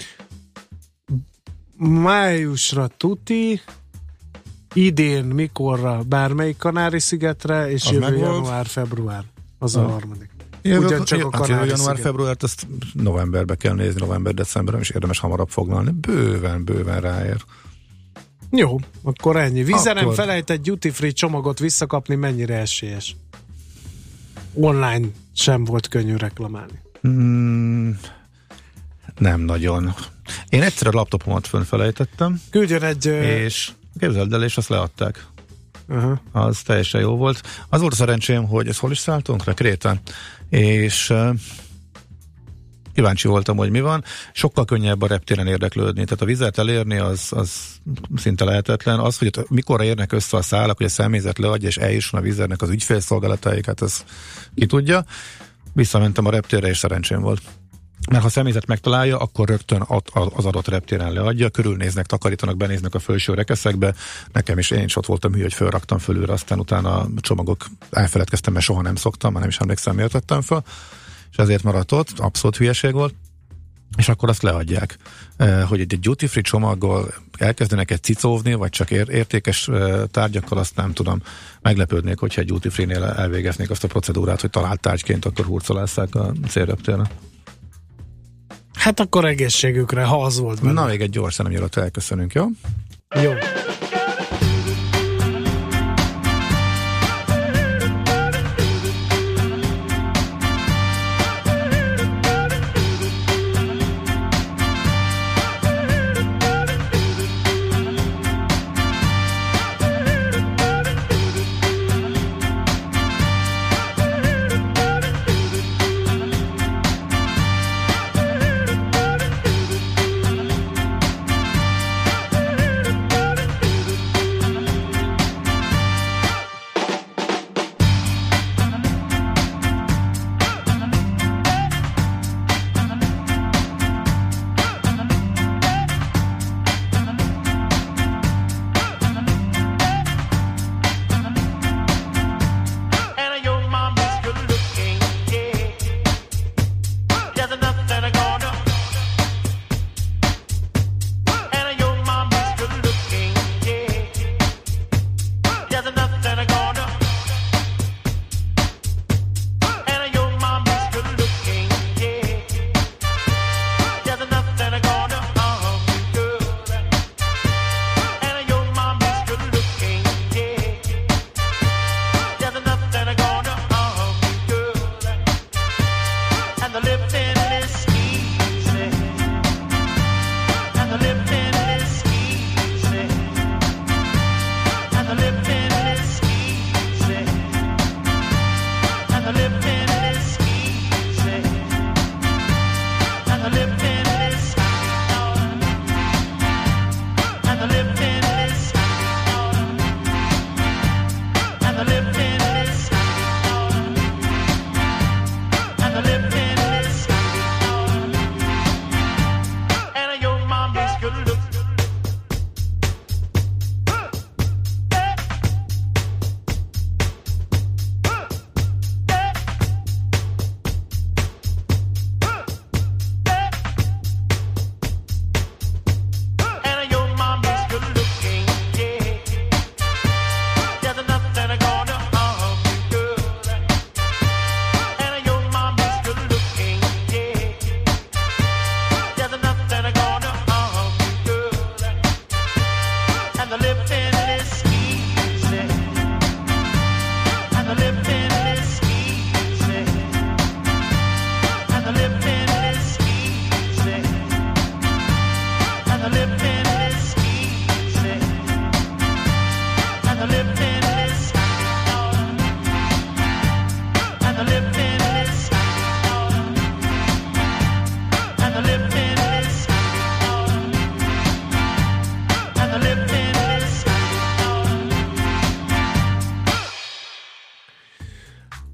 Májusra tuti, idén mikorra bármelyik Kanári-szigetre, és az jövő január-február. Az a, a harmadik. Ugyancsak a Kanári-sziget. Január-februárt azt novemberbe kell nézni, november-decemberben, és érdemes hamarabb foglalni. Bőven, bőven ráér. Jó, akkor ennyi. Vízerem akkor... felejtett duty free csomagot visszakapni, mennyire esélyes? Online sem volt könnyű reklamálni. Mm, nem nagyon. Én egyszer a laptopomat fönfelejtettem. Küldjön egy... És képzeld el, és azt leadták. Uh-huh. Az teljesen jó volt. Az volt a szerencsém, hogy ez hol is szálltunk? Le Krétán. És uh, kíváncsi voltam, hogy mi van. Sokkal könnyebb a reptéren érdeklődni. Tehát a vizet elérni az, az szinte lehetetlen. Az, hogy mikorra érnek össze a szálak, hogy a személyzet leadja, és eljusson a vizernek az ügyfélszolgálatáig, hát ez ki tudja. Visszamentem a reptérre, és szerencsém volt. Mert ha a személyzet megtalálja, akkor rögtön az adott reptéren leadja, körülnéznek, takarítanak, benéznek a felső rekeszekbe. Nekem is, én is ott voltam hű, hogy fölraktam fölülre, aztán utána a csomagok elfeledkeztem, mert soha nem szoktam, már nem is emlékszem, miért tettem fel, és ezért maradt ott, abszolút hülyeség volt, és akkor azt leadják. Hogy egy duty free csomaggal elkezdenek egy cicóvni, vagy csak ér- értékes tárgyakkal, azt nem tudom. Meglepődnék, hogyha egy duty free-nél elvégeznék azt a procedúrát, hogy talált tárgyként akkor hurcolásszák a célreptérre. Hát akkor egészségükre, ha az volt benne. Na, még egy gyorsan, amiről elköszönünk, jó? Jó.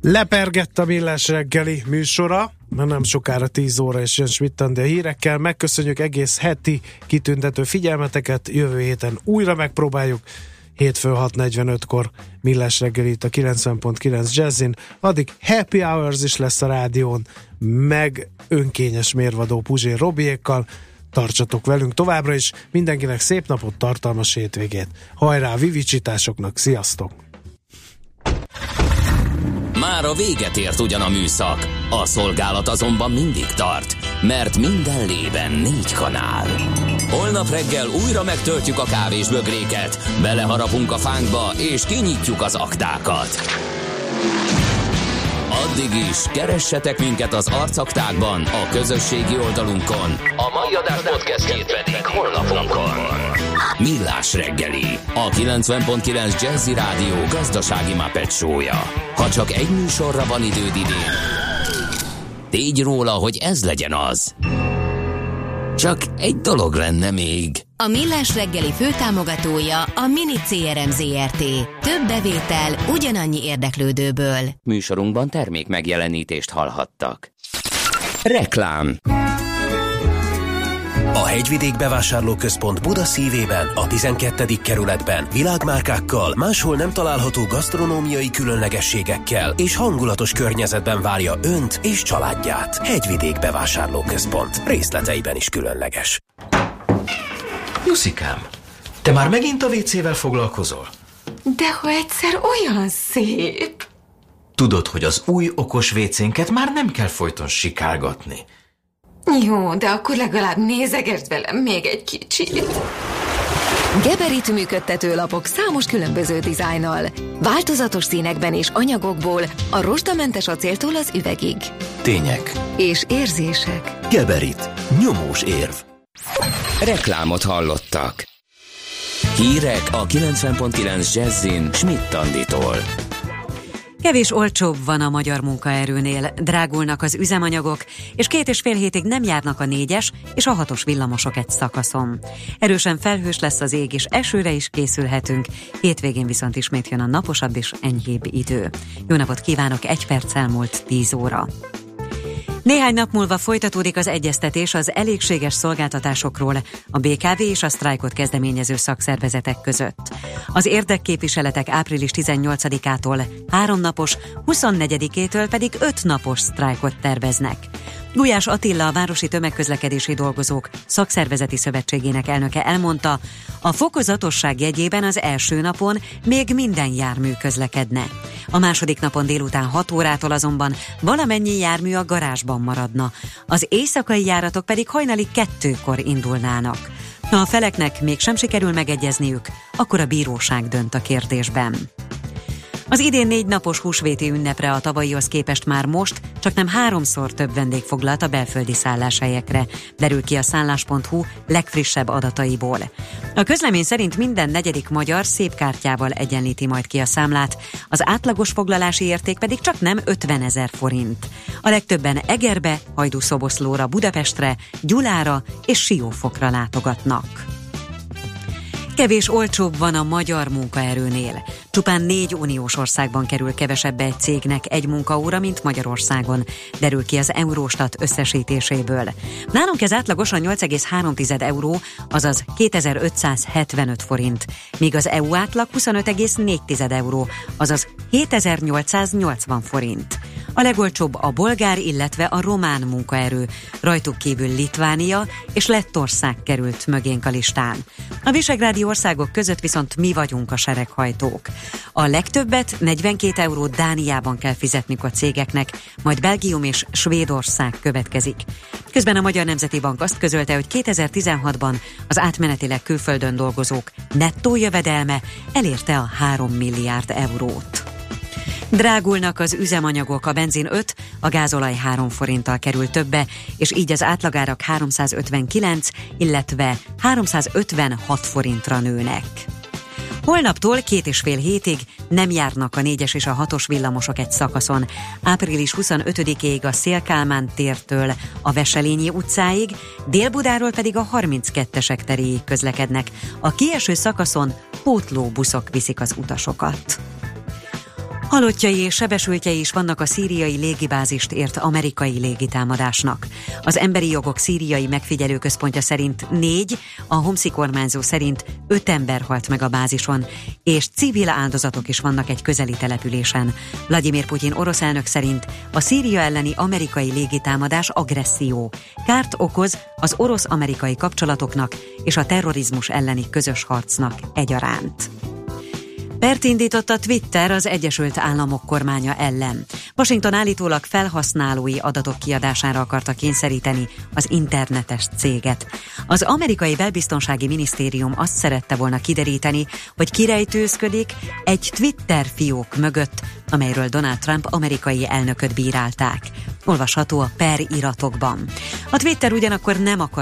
Lepergett a Millás reggeli műsora, mert nem sokára tíz óra és jön Schmidt-Andi a hírekkel. Megköszönjük egész heti kitüntető figyelmeteket, jövő héten újra megpróbáljuk. Hétfő hat negyvenötkor Millás reggeli itt a kilencven pont kilenc Jazzin. Addig Happy Hours is lesz a rádión, meg önkényes mérvadó Puzsér Robiékkal. Tartsatok velünk továbbra is. Mindenkinek szép napot, tartalmas hétvégét. Hajrá a vivicsításoknak, sziasztok! Már a véget ért ugyan a műszak, a szolgálat azonban mindig tart, mert minden lében négy kanál. Holnap reggel újra megtöltjük a kávésbögréket, beleharapunk a fánkba és kinyitjuk az aktákat. Addig is keressetek minket az arcaktákban, a közösségi oldalunkon. A mai adás podcastjét pedig honlapunkon. Millás reggeli, a kilencven pont kilenc Jazzy Rádió gazdasági Muppet show-ja. Ha csak egy műsorra van időd idén, tégy róla, hogy ez legyen az. Csak egy dolog lenne még. A Millás reggeli főtámogatója a Mini cé er em zé er té. Több bevétel ugyanannyi érdeklődőből. Műsorunkban termék megjelenítést hallhattak. Reklám. A Hegyvidék Bevásárlóközpont Buda szívében, a tizenkettedik kerületben világmárkákkal, máshol nem található gasztronómiai különlegességekkel és hangulatos környezetben várja önt és családját. Hegyvidék Bevásárlóközpont. Részleteiben is különleges. Juszikám, te már megint a vécével foglalkozol? De ha egyszer olyan szép! Tudod, hogy az új okos vécénket már nem kell folyton sikálgatni. Jó, de akkor legalább nézegesd velem még egy kicsit. Geberit működtető lapok számos különböző dizájnnal, változatos színekben és anyagokból, a rozsdamentes acéltól az üvegig. Tények. És érzések. Geberit. Nyomós érv. Reklámot hallottak. Hírek a kilencven pont kilenc Jazzin Schmidt-Anditól. Kevés olcsóbb van a magyar munkaerőnél, drágulnak az üzemanyagok, és két és fél hétig nem járnak a négyes és a hatos villamosok egy szakaszon. Erősen felhős lesz az ég, és esőre is készülhetünk, hétvégén viszont ismét jön a naposabb és enyhébb idő. Jó napot kívánok, egy perc elmúlt tíz óra. Néhány nap múlva folytatódik az egyeztetés az elégséges szolgáltatásokról a bé ká vé és a sztrájkot kezdeményező szakszervezetek között. Az érdekképviseletek április tizennyolcadikától háromnapos, huszonnegyedikétől pedig öt napos sztrájkot terveznek. Gulyás Attila, a Városi Tömegközlekedési Dolgozók Szakszervezeti Szövetségének elnöke elmondta, a fokozatosság jegyében az első napon még minden jármű közlekedne. A második napon délután hat órától azonban valamennyi jármű a garázsban maradna, az éjszakai járatok pedig hajnali kettőkor indulnának. Ha a feleknek mégsem sikerül megegyezniük, akkor a bíróság dönt a kérdésben. Az idén négy napos húsvéti ünnepre a tavalyihoz képest már most csak nem háromszor több vendég foglalt a belföldi szálláshelyekre, derül ki a szállás pont hu legfrissebb adataiból. A közlemény szerint minden negyedik magyar szépkártyával egyenlíti majd ki a számlát, az átlagos foglalási érték pedig csak nem ötvenezer forint. A legtöbben Egerbe, Hajdúszoboszlóra, Budapestre, Gyulára és Siófokra látogatnak. Kevés olcsóbb van a magyar munkaerőnél. Csupán négy uniós országban kerül kevesebbe egy cégnek egy munkaóra, mint Magyarországon, derül ki az Eurostat összesítéséből. Nálunk ez átlagosan nyolc egész három euró, azaz kétezer-ötszázhetvenöt forint, míg az é u átlag huszonöt egész négy euró, azaz hétezer-nyolcszáznyolcvan forint. A legolcsóbb a bolgár, illetve a román munkaerő, rajtuk kívül Litvánia és Lettország került mögénk a listán. A visegrádi országok között viszont mi vagyunk a sereghajtók. A legtöbbet, negyvenkét eurót Dániában kell fizetniük a cégeknek, majd Belgium és Svédország következik. Közben a Magyar Nemzeti Bank azt közölte, hogy kétezer-tizenhatban az átmenetileg külföldön dolgozók nettó jövedelme elérte a három milliárd eurót. Drágulnak az üzemanyagok, a benzin öt, a gázolaj három forinttal kerül többe, és így az átlagárak háromszázötvenkilenc, illetve háromszázötvenhat forintra nőnek. Holnaptól két és fél hétig nem járnak a négyes és a hatos villamosok egy szakaszon. április huszonötödikéig a Széll-Kálmán tértől a Veselényi utcáig, Dél-Budáról pedig a harminckettesek teréig közlekednek. A kieső szakaszon pótlóbuszok viszik az utasokat. Halottjai és sebesültjei is vannak a szíriai légibázist ért amerikai légitámadásnak. Az Emberi Jogok Szíriai Megfigyelőközpontja szerint négy, a Homsi kormányzó szerint öt ember halt meg a bázison, és civil áldozatok is vannak egy közeli településen. Vladimir Putyin orosz elnök szerint a Szíria elleni amerikai légitámadás agresszió. Kárt okoz az orosz-amerikai kapcsolatoknak és a terrorizmus elleni közös harcnak egyaránt. Pert indított a Twitter az Egyesült Államok kormánya ellen. Washington állítólag felhasználói adatok kiadására akarta kényszeríteni az internetes céget. Az amerikai belbiztonsági minisztérium azt szerette volna kideríteni, hogy kirejtőzködik egy Twitter fiók mögött, amelyről Donald Trump amerikai elnököt bírálták. Olvasható a per iratokban. A Twitter ugyanakkor nem akar